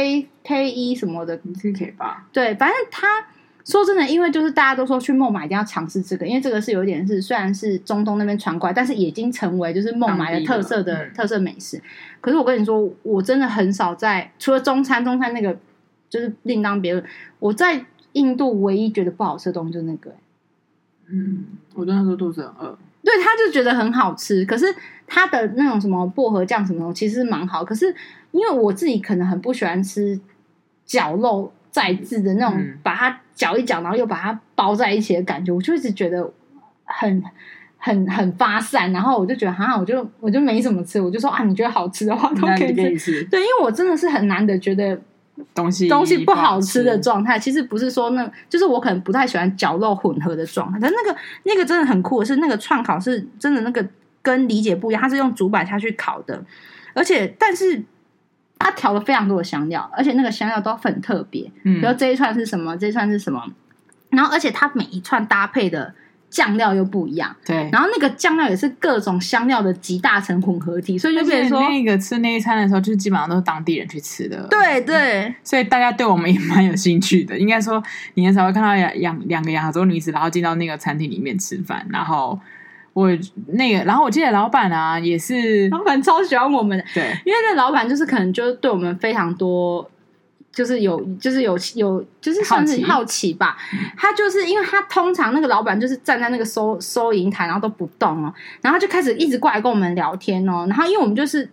K 什么的， 是 K 爸。 对，反正他。说真的，因为就是大家都说去孟买一定要尝试这个，因为这个是有点是虽然是中东那边传过来，但是已经成为就是孟买的特色美食。可是我跟你说，我真的很少除了中餐那个就是另当别论。我在印度唯一觉得不好吃的东西就是那个。 我那时候肚子很饿。 对，他就觉得很好吃，可是他的那种什么薄荷酱什么，其实蛮好。可是因为我自己可能很不喜欢吃绞肉再制的那种，把它搅一搅，然后又把它包在一起的感觉，我就一直觉得很发散。然后我就觉得我就没什么吃，我就说你觉得好吃的话都可以吃。对，因为我真的是很难得觉得东西不好吃的状态。其实不是说就是我可能不太喜欢绞肉混合的状态，但那个真的很酷的是那个串烤是真的那个跟理解不一样，它是用竹板下去烤的，但是它调了非常多的香料，而且那个香料都很特别，比如这一串是什么，这一串是什么，然后而且它每一串搭配的酱料又不一样， 对， 然后那个酱料也是各种香料的集大成混合体，所以就变成说那个吃那一餐的时候，就是基本上都是当地人去吃的， 对， 所以大家对我们也蛮有兴趣的。应该说，你很少会看到两个亚洲女子，然后进到那个餐厅里面吃饭，然后然后我记得老板啊也是， 老板超喜欢我们的， 对， 因为那老板就是可能就是对我们非常多。就是有就是算是好奇吧，他就是因为他通常那个老板就是站在那个收银台，然后都不动哦，然后就开始一直过来跟我们聊天哦，然后因为我们就是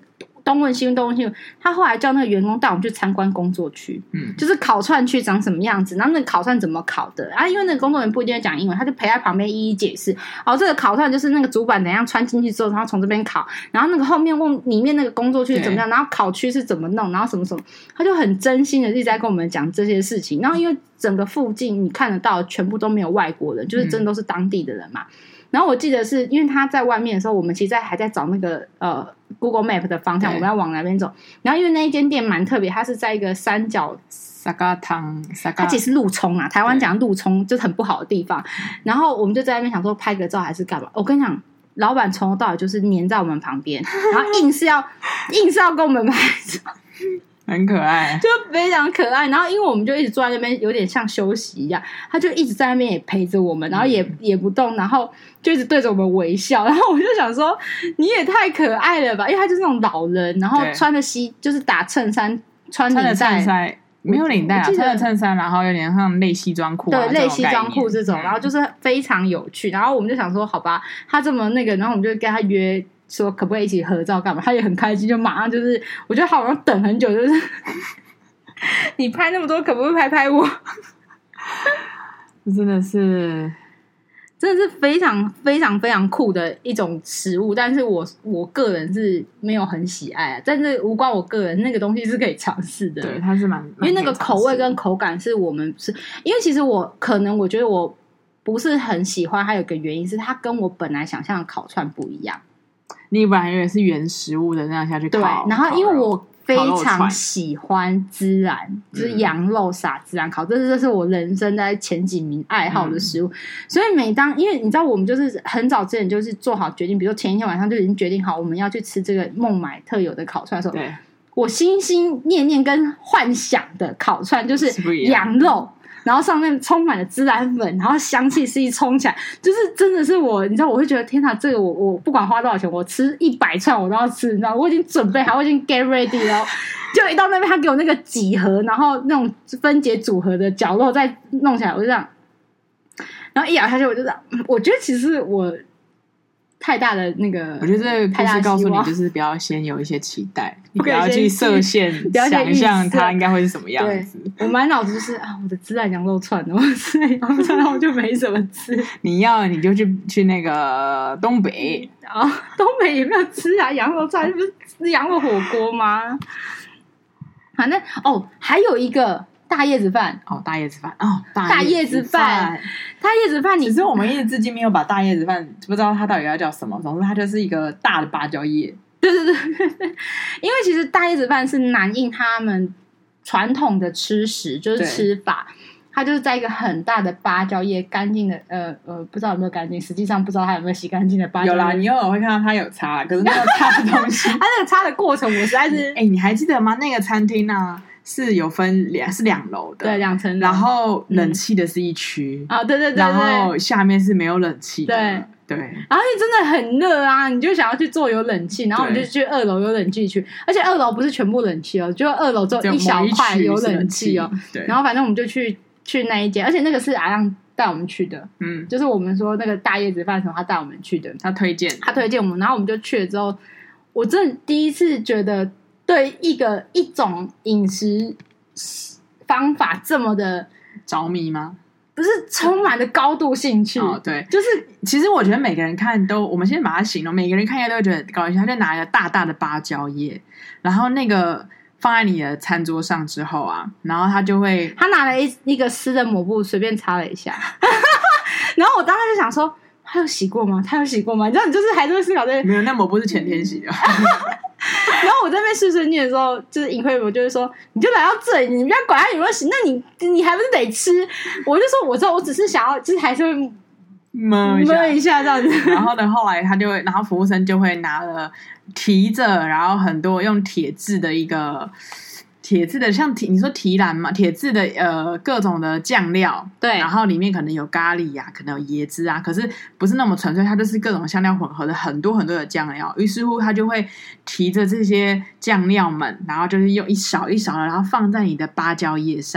东问西问东问西问，他后来叫那个员工带我们去参观工作区，就是烤串区长什么样子，然后那个烤串怎么烤的啊？因为那个工作人员不一定会讲英文，他就陪在旁边一一解释。这个烤串就是那个主板怎样穿进去之后，然后从这边烤，然后那个后面问里面那个工作区怎么样，然后烤区是怎么弄，然后什么什么，他就很真心的一直在跟我们讲这些事情。然后因为整个附近你看得到全部都没有外国人，就是真的都是当地的人嘛。然后我记得是因为他在外面的时候，我们其实还在找那个Google Map 的方向，我们要往哪边走。然后因为那一间店蛮特别，它是在一个山脚它其实路冲啊，台湾讲路冲就是很不好的地方。然后我们就在那边想说拍个照还是干嘛？我跟你讲，老板从头到尾就是黏在我们旁边，然后硬是要跟我们拍照。 很可爱， 就非常可爱。然后因为我们就一直坐在那边，有点像休息一样，他就一直在那边也陪着我们，然后也不动，然后就一直对着我们微笑。然后我就想说，你也太可爱了吧！因为他就是那种老人，然后穿的就是打衬衫，穿领带， 没有领带啊，穿着衬衫，然后有点像类西装裤， 对，类西装裤这种，然后就是非常有趣。然后我们就想说，好吧，他这么那个，然后我们就跟他约。说可不可以一起合照干嘛？他也很开心，就马上就是我觉得好像等很久，就是你拍那么多，可不可以拍我？ 真的是非常非常非常酷的一种食物，但是我个人是没有很喜爱啊，但是无关我个人，那个东西是可以尝试的。 对，它是蛮因为那个口味跟口感是我们是，因为其实我觉得我不是很喜欢，还有一个原因是它跟我本来想象的烤串不一样。 你本来以为是原食物的那样下去烤， 对，然后因为我非常喜欢孜然，就是羊肉撒孜然烤，这是我人生在前几名爱好的食物。所以每当因为你知道我们就是很早之前就是做好决定，比如说前一天晚上就已经决定好我们要去吃这个孟买特有的烤串的时候， 对， 我心心念念跟幻想的烤串就是羊肉。然后上面充满了孜然粉，然后香气是一冲起来，就是真的是我，你知道，我会觉得天哪，这个我不管花多少钱，我吃100串我都要吃，你知道，我已经准备好，我已经 get ready 了。就一到那边，他给我那个几盒，然后那种分解组合的绞肉再弄起来，我就这样，然后一咬下去，我就这样，我觉得其实我。太大的那个， 我觉得这个故事告诉你，就是不要先有一些期待，你不要去设限，想象它应该会是什么样子。 我满脑子就是我的孜然羊肉串，我孜然羊肉串，然后我就没什么吃。 你就去那个东北东北也没有吃羊肉串，不是吃羊肉火锅吗？反正还有一个。大叶子饭大叶子饭大叶子饭， 其实我们一直至今没有把大叶子饭不知道它到底要叫什么，总之它就是一个大的芭蕉叶。 对，因为其实大叶子饭是南印他们传统的吃食，就是吃法，它就是在一个很大的芭蕉叶，干净的不知道有没有干净，实际上不知道它有没有洗干净的芭蕉叶。 有啦，你偶尔会看到它有擦，可是那个擦的东西， 它那个擦的过程，我实在是你还记得吗？那个餐厅啊。是有分是2楼的， 对，2层楼， 然后冷气的是一区对， 然后下面是没有冷气的，对， 然后真的很热啊，你就想要去坐有冷气，然后我们就去2楼有冷气区，而且2楼不是全部冷气就2楼只有一小块有冷气对， 然后反正我们就去那一间，而且那个是阿亮带我们去的，就是我们说那个大叶子饭的时候他带我们去的， 他推荐我们，然后我们就去了之后，我真的第一次觉得。对一种饮食方法这么的着迷吗？ 不是，充满了高度兴趣。 对， 就是其实我觉得每个人看都，我们先把它形容，每个人看一下都会觉得高兴。他就拿一个大大的芭蕉叶，然后那个放在你的餐桌上之后啊，然后他拿了一个湿的抹布随便擦了一下，然后我当时就想说，他有洗过吗？你知道，你就是还是会思考这没有，那抹布是前天洗的。 然后我在那边碎碎念的时候，就是尹慧博就会说：“你就来到这里，你不要管他有没有洗，那你还不是得吃？”我就说：“我知道，我只是想要，就是还是会摸一下这样子。” 然后呢，后来他就会，然后服务生就会提着，然后很多用铁质的像你说提篮嘛，铁质的各种的酱料， 对， 然后里面可能有咖喱啊，可能有椰汁啊，可是不是那么纯粹，它就是各种香料混合的很多很多的酱料。于是乎，他就会提着这些酱料们，然后就是用一勺一勺的，然后放在你的芭蕉叶上，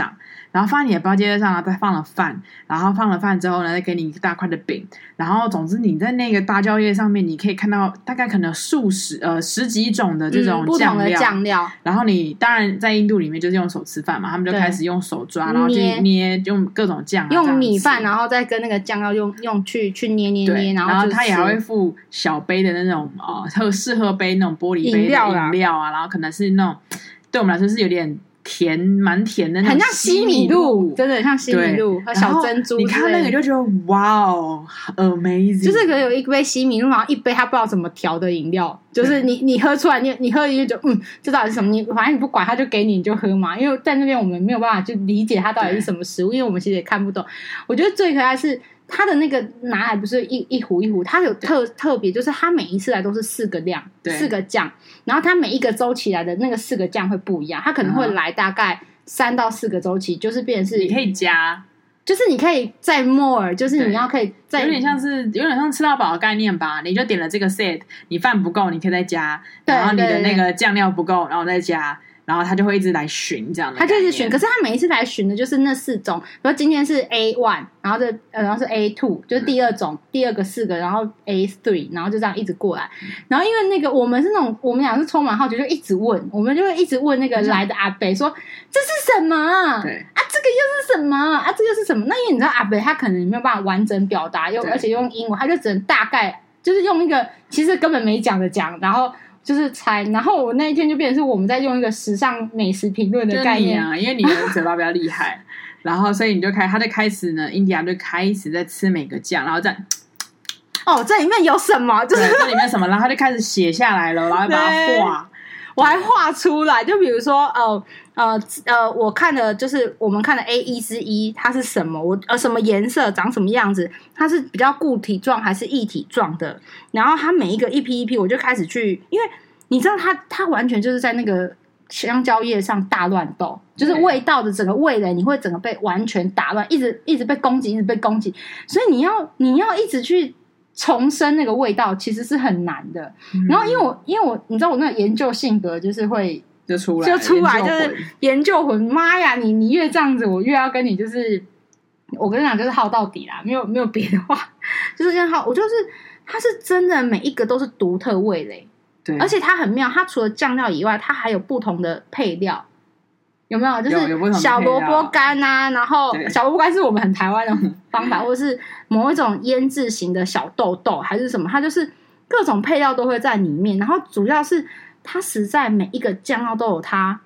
然后放在你的包接上，再放了饭，然后放了饭之后呢，再给你一大块的饼，然后总之你在那个芭蕉叶上面，你可以看到大概可能十几种的这种不同的酱料。 然后你当然在印度里面就是用手吃饭嘛，他们就开始用手抓，然后去捏，用各种酱， 用米饭，然后再跟那个酱料用去捏，然后他也还会附小杯的那种适合杯那种玻璃杯的饮料啊，然后可能是那种对我们来说是有点甜，蛮甜的那种， 很像西米露，真的很像西米露和小珍珠。 你看那个就觉得哇哦 ，amazing， 就是可能有一杯西米露，然后一杯他不知道怎么调的饮料，就是你喝出来，你喝一就这到底是什么？反正你不管，他就给你就喝嘛。因为在那边我们没有办法去理解它到底是什么食物，因为我们其实也看不懂。我觉得最可爱是它的那个拿来不是一壶一壶，它有特别，就是它每一次来都是4个量，4个酱，然后它每一个周期来的那个4个酱会不一样，它可能会来大概3到4个周期，就是变成是你可以加， 就是你可以再 more， 就是你要可以再有点像吃到饱的概念吧。你就点了这个 set， 你饭不够你可以再加，然后你的那个酱料不够，然后再加。然后他就会一直来寻这样的， 他就一直寻，可是他每一次来寻的就是那4种，比如今天是 A1， 然后是 A2， 就是第2种，第2个4个，然后 A3， 然后就这样一直过来。然后因为那个我们是那种，我们俩是充满好奇，就一直问，我们就会一直问那个来的阿伯说这是什么啊？ 对啊，这个又是什么啊？这个是什么？那因为你知道阿伯他可能没有办法完整表达，而且用英文，他就只能大概就是用一个其实根本没讲的讲，然后。就是猜，然后我那一天就变成是我们在用一个时尚美食评论的概念啊，因为你的嘴巴比较厉害，然后所以他就开始呢，印第安就开始在吃每个酱，然后这样， 这里面有什么？就是这里面什么，然后他就开始写下来了，然后把它画， 我还画出来，就比如说我看的就是我们看的 A1之一，它是什么？什么颜色，长什么样子？它是比较固体状还是液体状的？然后它每一个一批一批，我就开始去，因为你知道它完全就是在那个香蕉叶上大乱斗，就是味道的整个味蕾，你会整个被完全打乱，一直被攻击，一直被攻击，所以你要一直去重生那个味道，其实是很难的。然后因为我你知道我那个研究性格就是会。就出来就是研究魂，妈呀！你越这样子，我越要跟你就是我跟你讲，就是耗到底啦，没有别的话，就是这样耗。我就是它是真的每一个都是独特味蕾， 对， 而且它很妙，它除了酱料以外，它还有不同的配料，有没有？就是小萝卜干啊，然后小萝卜干是我们很台湾的方法，或者是某一种腌制型的小豆豆，还是什么，它就是各种配料都会在里面，然后主要是。它实在每一个酱料都有它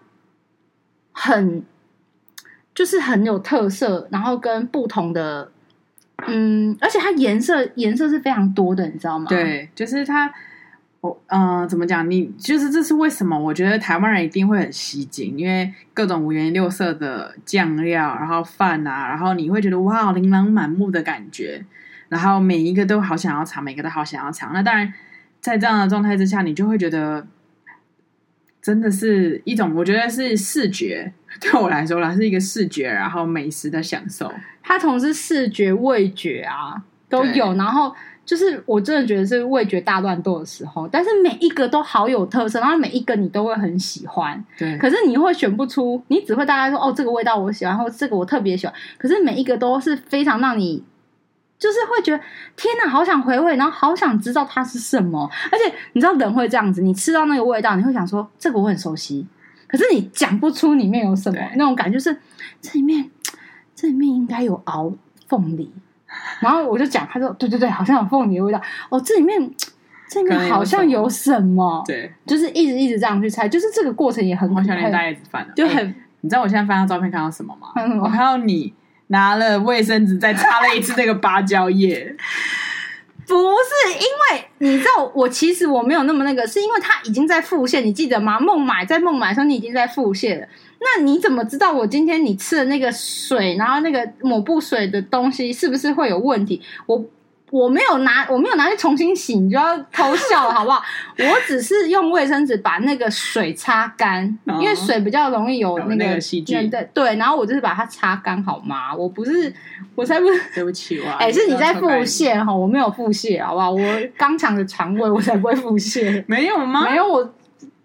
就是很有特色，然后跟不同的而且它颜色是非常多的，你知道吗？ 对，就是它怎么讲？你就是这是为什么？我觉得台湾人一定会很吸睛，因为各种五颜六色的酱料，然后饭啊，然后你会觉得哇，琳琅满目的感觉，然后每一个都好想要尝，每个都好想要尝。那当然，在这样的状态之下，你就会觉得。真的是一种，我觉得是视觉，对我来说啦，是一个视觉，然后美食的享受。 它同时视觉、味觉啊都有，然后就是我真的觉得是味觉大乱斗的时候，但是每一个都好有特色，然后每一个你都会很喜欢。 对， 可是你会选不出，你只会大概说这个味道我喜欢，或这个我特别喜欢。可是每一个都是非常让你。就是会觉得天哪，好想回味，然后好想知道它是什么。而且你知道人会这样子，你吃到那个味道，你会想说这个我很熟悉，可是你讲不出里面有什么那种感觉，就是这里面应该有熬凤梨。然后我就讲，他说对，好像有凤梨的味道。这里面好像有什么， 对， 就是一直这样去猜，就是这个过程也很好像连大叶子饭就很。 你知道我现在翻到照片看到什么吗？我看到你。拿了卫生纸再擦了一次那个芭蕉叶， 不是因为你知道我其实我没有那么那个，是因为它已经在腹泻，你记得吗？在孟买的时候你已经在腹泻了，那你怎么知道我今天你吃的那个水，然后那个抹布水的东西是不是会有问题？我没有拿去重新洗，你就要偷笑了好不好？我只是用卫生纸把那个水擦干，因为水比较容易有那个细菌。 对，然后我就是把它擦干好吗？我才不是。 对不起， 是你在腹泻哈，我没有腹泻，好不好？我刚强的肠胃，我才不会腹泻。 没有吗？ 没有，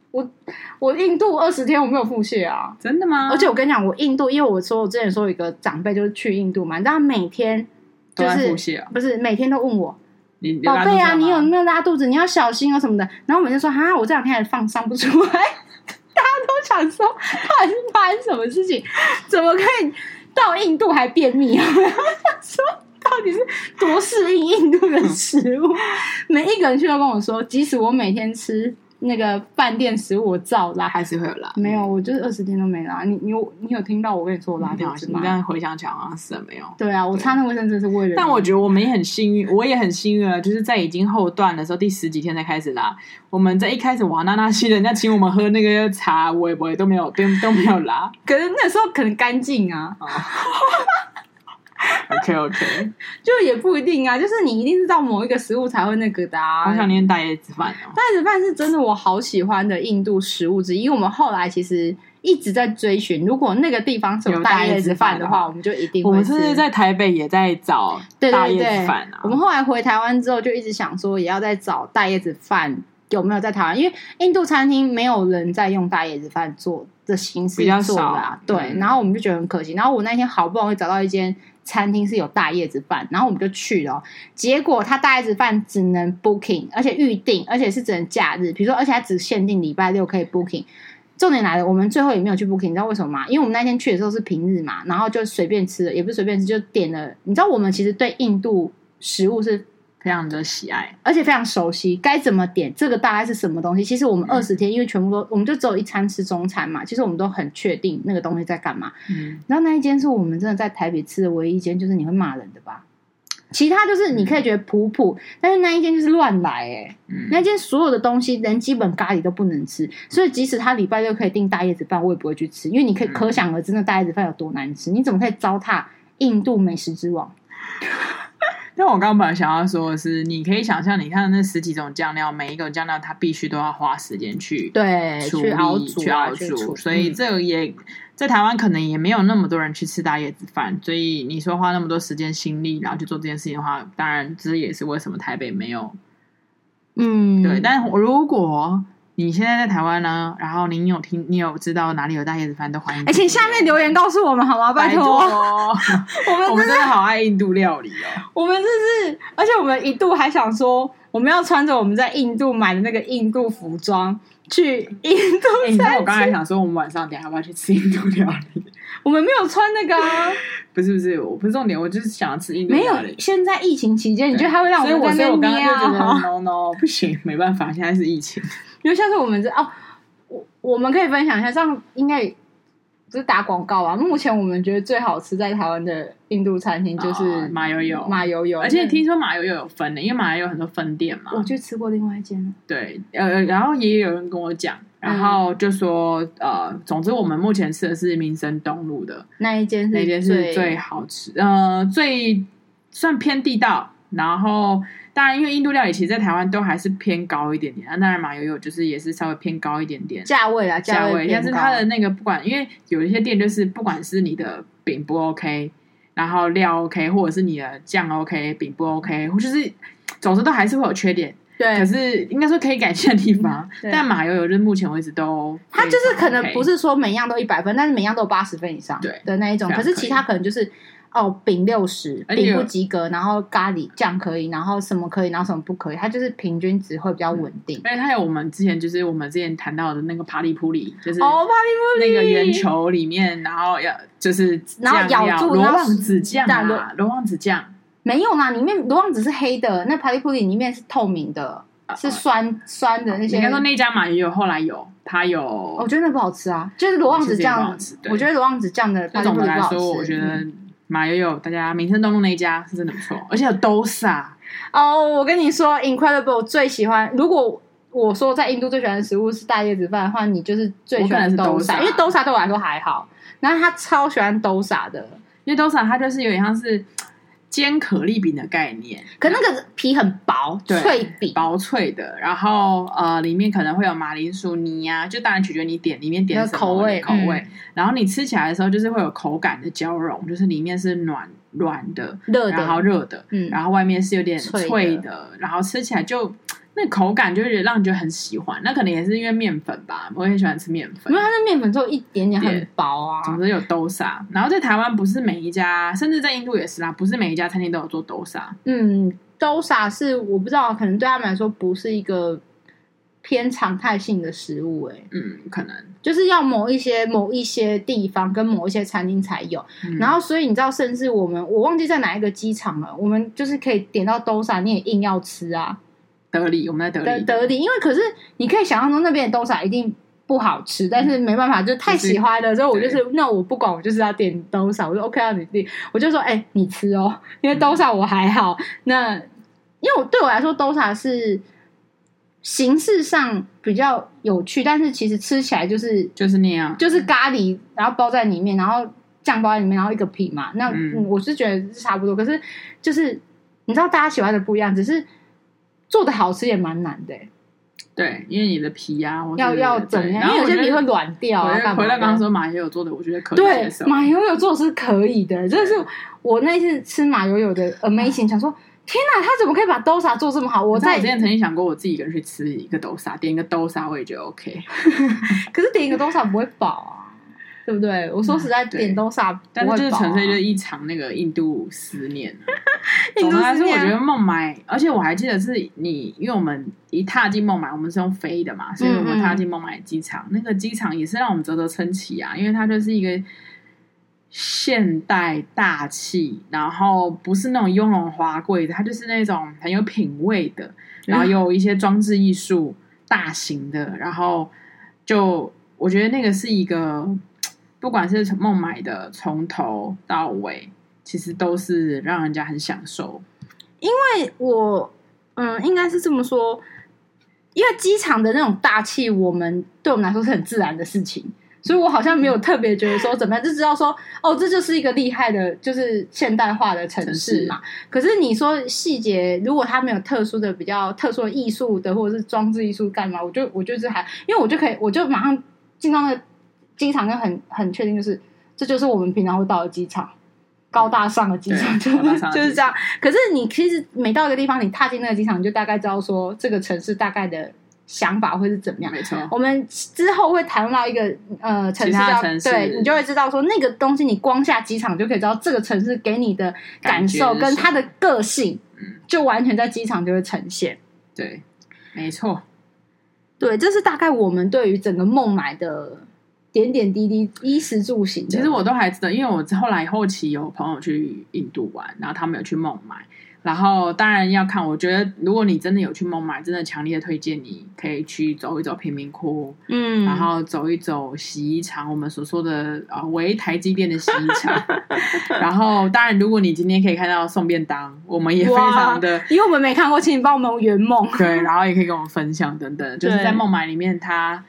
我印度20天我没有腹泻啊， 真的吗？ 而且我跟你讲，我印度，因为我之前说有一个长辈就是去印度嘛，你知道他每天就是都在腹泻不是每天都问我。 宝贝啊，你有没有拉肚子？你要小心啊什么的。然后我们就说哈，我这2天还上不出来，大家都想说到底是发生什么事情？怎么可以到印度还便秘啊？我想说到底是多适应印度的食物？每一个人去都跟我说，即使我每天吃那个饭店食物，我照拉还是会有拉。 没有，我就是20天都没拉。你有听到我跟你说我拉肚子吗？ 你这样回想起来好像是没有。 对啊，我擦那卫生纸是为了。 但我觉得我们也很幸运，我也很幸运啊，就是在已经后段的时候，第10几天才开始拉。我们在一开始瓦纳纳西人家请我们喝那个茶，我也都没有拉。 可是那时候可能干净啊。 OK， 就也不一定啊，就是你一定是到某一个食物才会那个的啊。 好想念大叶子饭哦， 大叶子饭是真的我好喜欢的印度食物之一。因为我们后来其实一直在追寻，如果那个地方是有大叶子饭的话，我们就一定会吃。 我们是在台北也在找大叶子饭啊。 我们后来回台湾之后，就一直想说也要再找大叶子饭有没有在台湾，因为印度餐厅没有人在用大叶子饭做的形式做的啊。对，然后我们就觉得很可惜。然后我那天好不容易找到一间餐厅是有大叶子饭，然后我们就去了。结果他大叶子饭只能 booking， 而且预定，而且是只能假日，比如说，而且它只限定礼拜6可以 booking。重点来了，我们最后也没有去 booking， 你知道为什么吗？因为我们那天去的时候是平日嘛，然后就随便吃了，也不是随便吃，就点了。你知道我们其实对印度食物是非常的喜爱， 而且非常熟悉，该怎么点，这个大概是什么东西。其实我们20天，因为全部都我们就只有一餐吃中餐嘛，其实我们都很确定那个东西在干嘛。然后那一间是我们真的在台北吃的唯一一间，就是你会骂人的吧。其他就是你可以觉得普普，但是那一间就是乱来那间所有的东西连基本咖喱都不能吃，所以即使他礼拜6可以订大叶子饭，我也不会去吃，因为你可以可想而知那大叶子饭有多难吃。你怎么可以糟蹋印度美食之王？ 但我刚刚本来想要说的是，你可以想象，你看那10几种酱料，每一种酱料它必须都要花时间去处理、去熬煮，所以这个也在台湾可能也没有那么多人去吃大叶子饭，所以你说花那么多时间心力，然后去做这件事情的话，当然这也是为什么台北没有。对，但如果你现在在台湾呢，然后你有知道哪里有大叶子饭，都欢迎。 请下面留言告诉我们好吗？拜托， 我们真的好爱印度料理哦。 我们真是，而且我们一度还想说，我们要穿着我们在印度买的那个印度服装去印度。 你知道我刚才想说，我们晚上等一下要不要去吃印度料理？ 我们没有穿那个啊。 不是，我不是重点，我就是想要吃印度料理。 没有，现在疫情期间，你觉得它会让我们在那边捏啊？ 所以我刚刚就觉得 no 不行，没办法，现在是疫情。 因为下次我们我们可以分享一下，这样应该不是打广告啊。目前我们觉得最好吃在台湾的印度餐厅就是马友友， 而且听说马友友有分的，因为马友有很多分店嘛。 我去吃过另外一间。对， 然后也有人跟我讲，然后就说总之我们目前吃的是民生东路的那一间是最好吃，最算偏地道，然后。当然，因为印度料理其实，在台湾都还是偏高一点点。当然，马友友就是也是稍微偏高一点点价位， 但是它的那个不管，因为有一些店就是不管是你的饼不 OK， 然后料 OK， 或者是你的酱 OK， 饼不 OK， 或就是总之都还是会有缺点。 对， 可是应该说可以改进的地方。但马友友就是目前为止都， 它就是可能不是说每样都100分，但是每样都有80分以上的那一种。可是其他可能就是。饼60，饼不及格，然后咖喱酱可以，然后什么可以，然后什么不可以，它就是平均值会比较稳定。 而且它有我们之前谈到的那个帕利普里，就是帕利普里那个圆球里面，然后就是然后咬住罗望子酱罗望子酱没有啦，里面罗望子是黑的，那帕利普里里面是透明的，是酸的那些。 应该说那家嘛也有，后来它有， 我觉得那不好吃啊，就是罗望子酱，我觉得罗望子酱的帕利普里不好吃。 我觉得。马友友，大家民生东路那一家是真的不错，而且有 dosa。 我跟你说 ，Incredible 我最喜欢。如果我说在印度最喜欢的食物是大叶子饭的话，你就是最喜欢 dosa，因为 dosa 对我来说还好。然后他超喜欢 dosa 的， 因为 dosa 它就是有点像是煎可丽饼的概念， 可那个皮很薄，脆饼， 薄脆的，然后里面可能会有马铃薯泥啊，就当然取决你里面点什么口味，然后你吃起来的时候就是会有口感的交融，就是里面是软的、热的，然后热的，然后外面是有点脆的，然后吃起来就那口感就会让你觉得很喜欢。那可能也是因为面粉吧，我很喜欢吃面粉， 因为它的面粉只有一点点很薄啊。 总之有dosa，然后在台湾不是每一家，甚至在印度也是啦，不是每一家餐厅都有做dosa。 dosa 是我不知道，可能对他们来说不是一个偏常态性的食物可能就是要某一些地方跟某一些餐厅才有，然后所以你知道，甚至我忘记在哪一个机场了，我们就是可以点到dosa，你也硬要吃啊。 德里，我们在德里， 因为可是你可以想象中那边的dosa一定不好吃，但是没办法，就太喜欢了，所以我就是那我不管，我就是要点dosa，我说 OK 要你订，我就说你吃哦，因为dosa我还好，那因为对我来说dosa是形式上比较有趣，但是其实吃起来就是那样， 就是咖喱，然后包在里面，然后酱包在里面，然后一个皮嘛，那我是觉得是差不多，可是就是你知道大家喜欢的不一样，只是做的好吃也蛮难的对，因为你的皮啊， 要怎么样？因为有些皮会软掉啊。 回到刚刚说马友友做的，我觉得可以接受。 对，马友友做的是可以的，这是我那次吃马友友的 amazing， 想说天哪，他怎么可以把dosa做这么好？我之前曾经想过，我自己一个人去吃一个dosa，点一个dosa，我也觉得 OK。 可是点一个dosa不会饱啊。对不对？我说实在，点dosa 但是就是纯粹就是一场那个印度思念。总的来说，我觉得孟买，而且我还记得是你，因为我们一踏进孟买，我们是用飞的嘛，所以我们踏进孟买机场，那个机场也是让我们啧啧称奇啊，因为它就是一个现代大气，然后不是那种雍容华贵的，它就是那种很有品味的，然后有一些装置艺术，大型的，然后就我觉得那个是一个。不管是孟买的从头到尾，其实都是让人家很享受。 因为我应该是这么说，因为机场的那种大气，对我们来说是很自然的事情，所以我好像没有特别觉得说怎么样，就知道说这就是一个厉害的，就是现代化的城市嘛。可是你说细节，如果它没有比较特殊的艺术的或者是装置艺术干嘛，我就是因为我就马上进到那个。机场就很确定，就是这就是我们平常会到的机场，高大上的机场，就是这样。可是你其实每到一个地方，你踏进那个机场，你就大概知道说这个城市大概的想法会是怎么样。 没错， 我们之后会谈到一个城市，对你就会知道说那个东西，你光下机场就可以知道这个城市给你的感受跟它的个性，就完全在机场就会呈现。 对，没错， 对，这是大概我们对于整个孟买的。点点滴滴衣食住行， 其实我都还记得，因为我后期有朋友去印度玩，然后他们有去孟买，然后当然要看，我觉得如果你真的有去孟买，真的强烈推荐你可以去走一走贫民窟，然后走一走洗衣厂，我们所说的为台积电的洗衣厂，然后当然如果你今天可以看到送便当，我们也非常的， 因为我们没看过，请你帮我们圆梦， 对，然后也可以跟我们分享等等，就是在孟买里面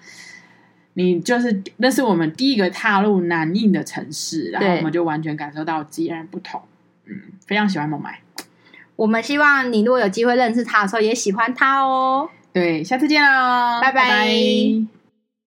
那是我们第一个踏入南印的城市，然后我们就完全感受到截然不同。非常喜欢孟买。 我们希望你如果有机会认识他的时候，也喜欢他哦。 对，下次见喽， 拜拜。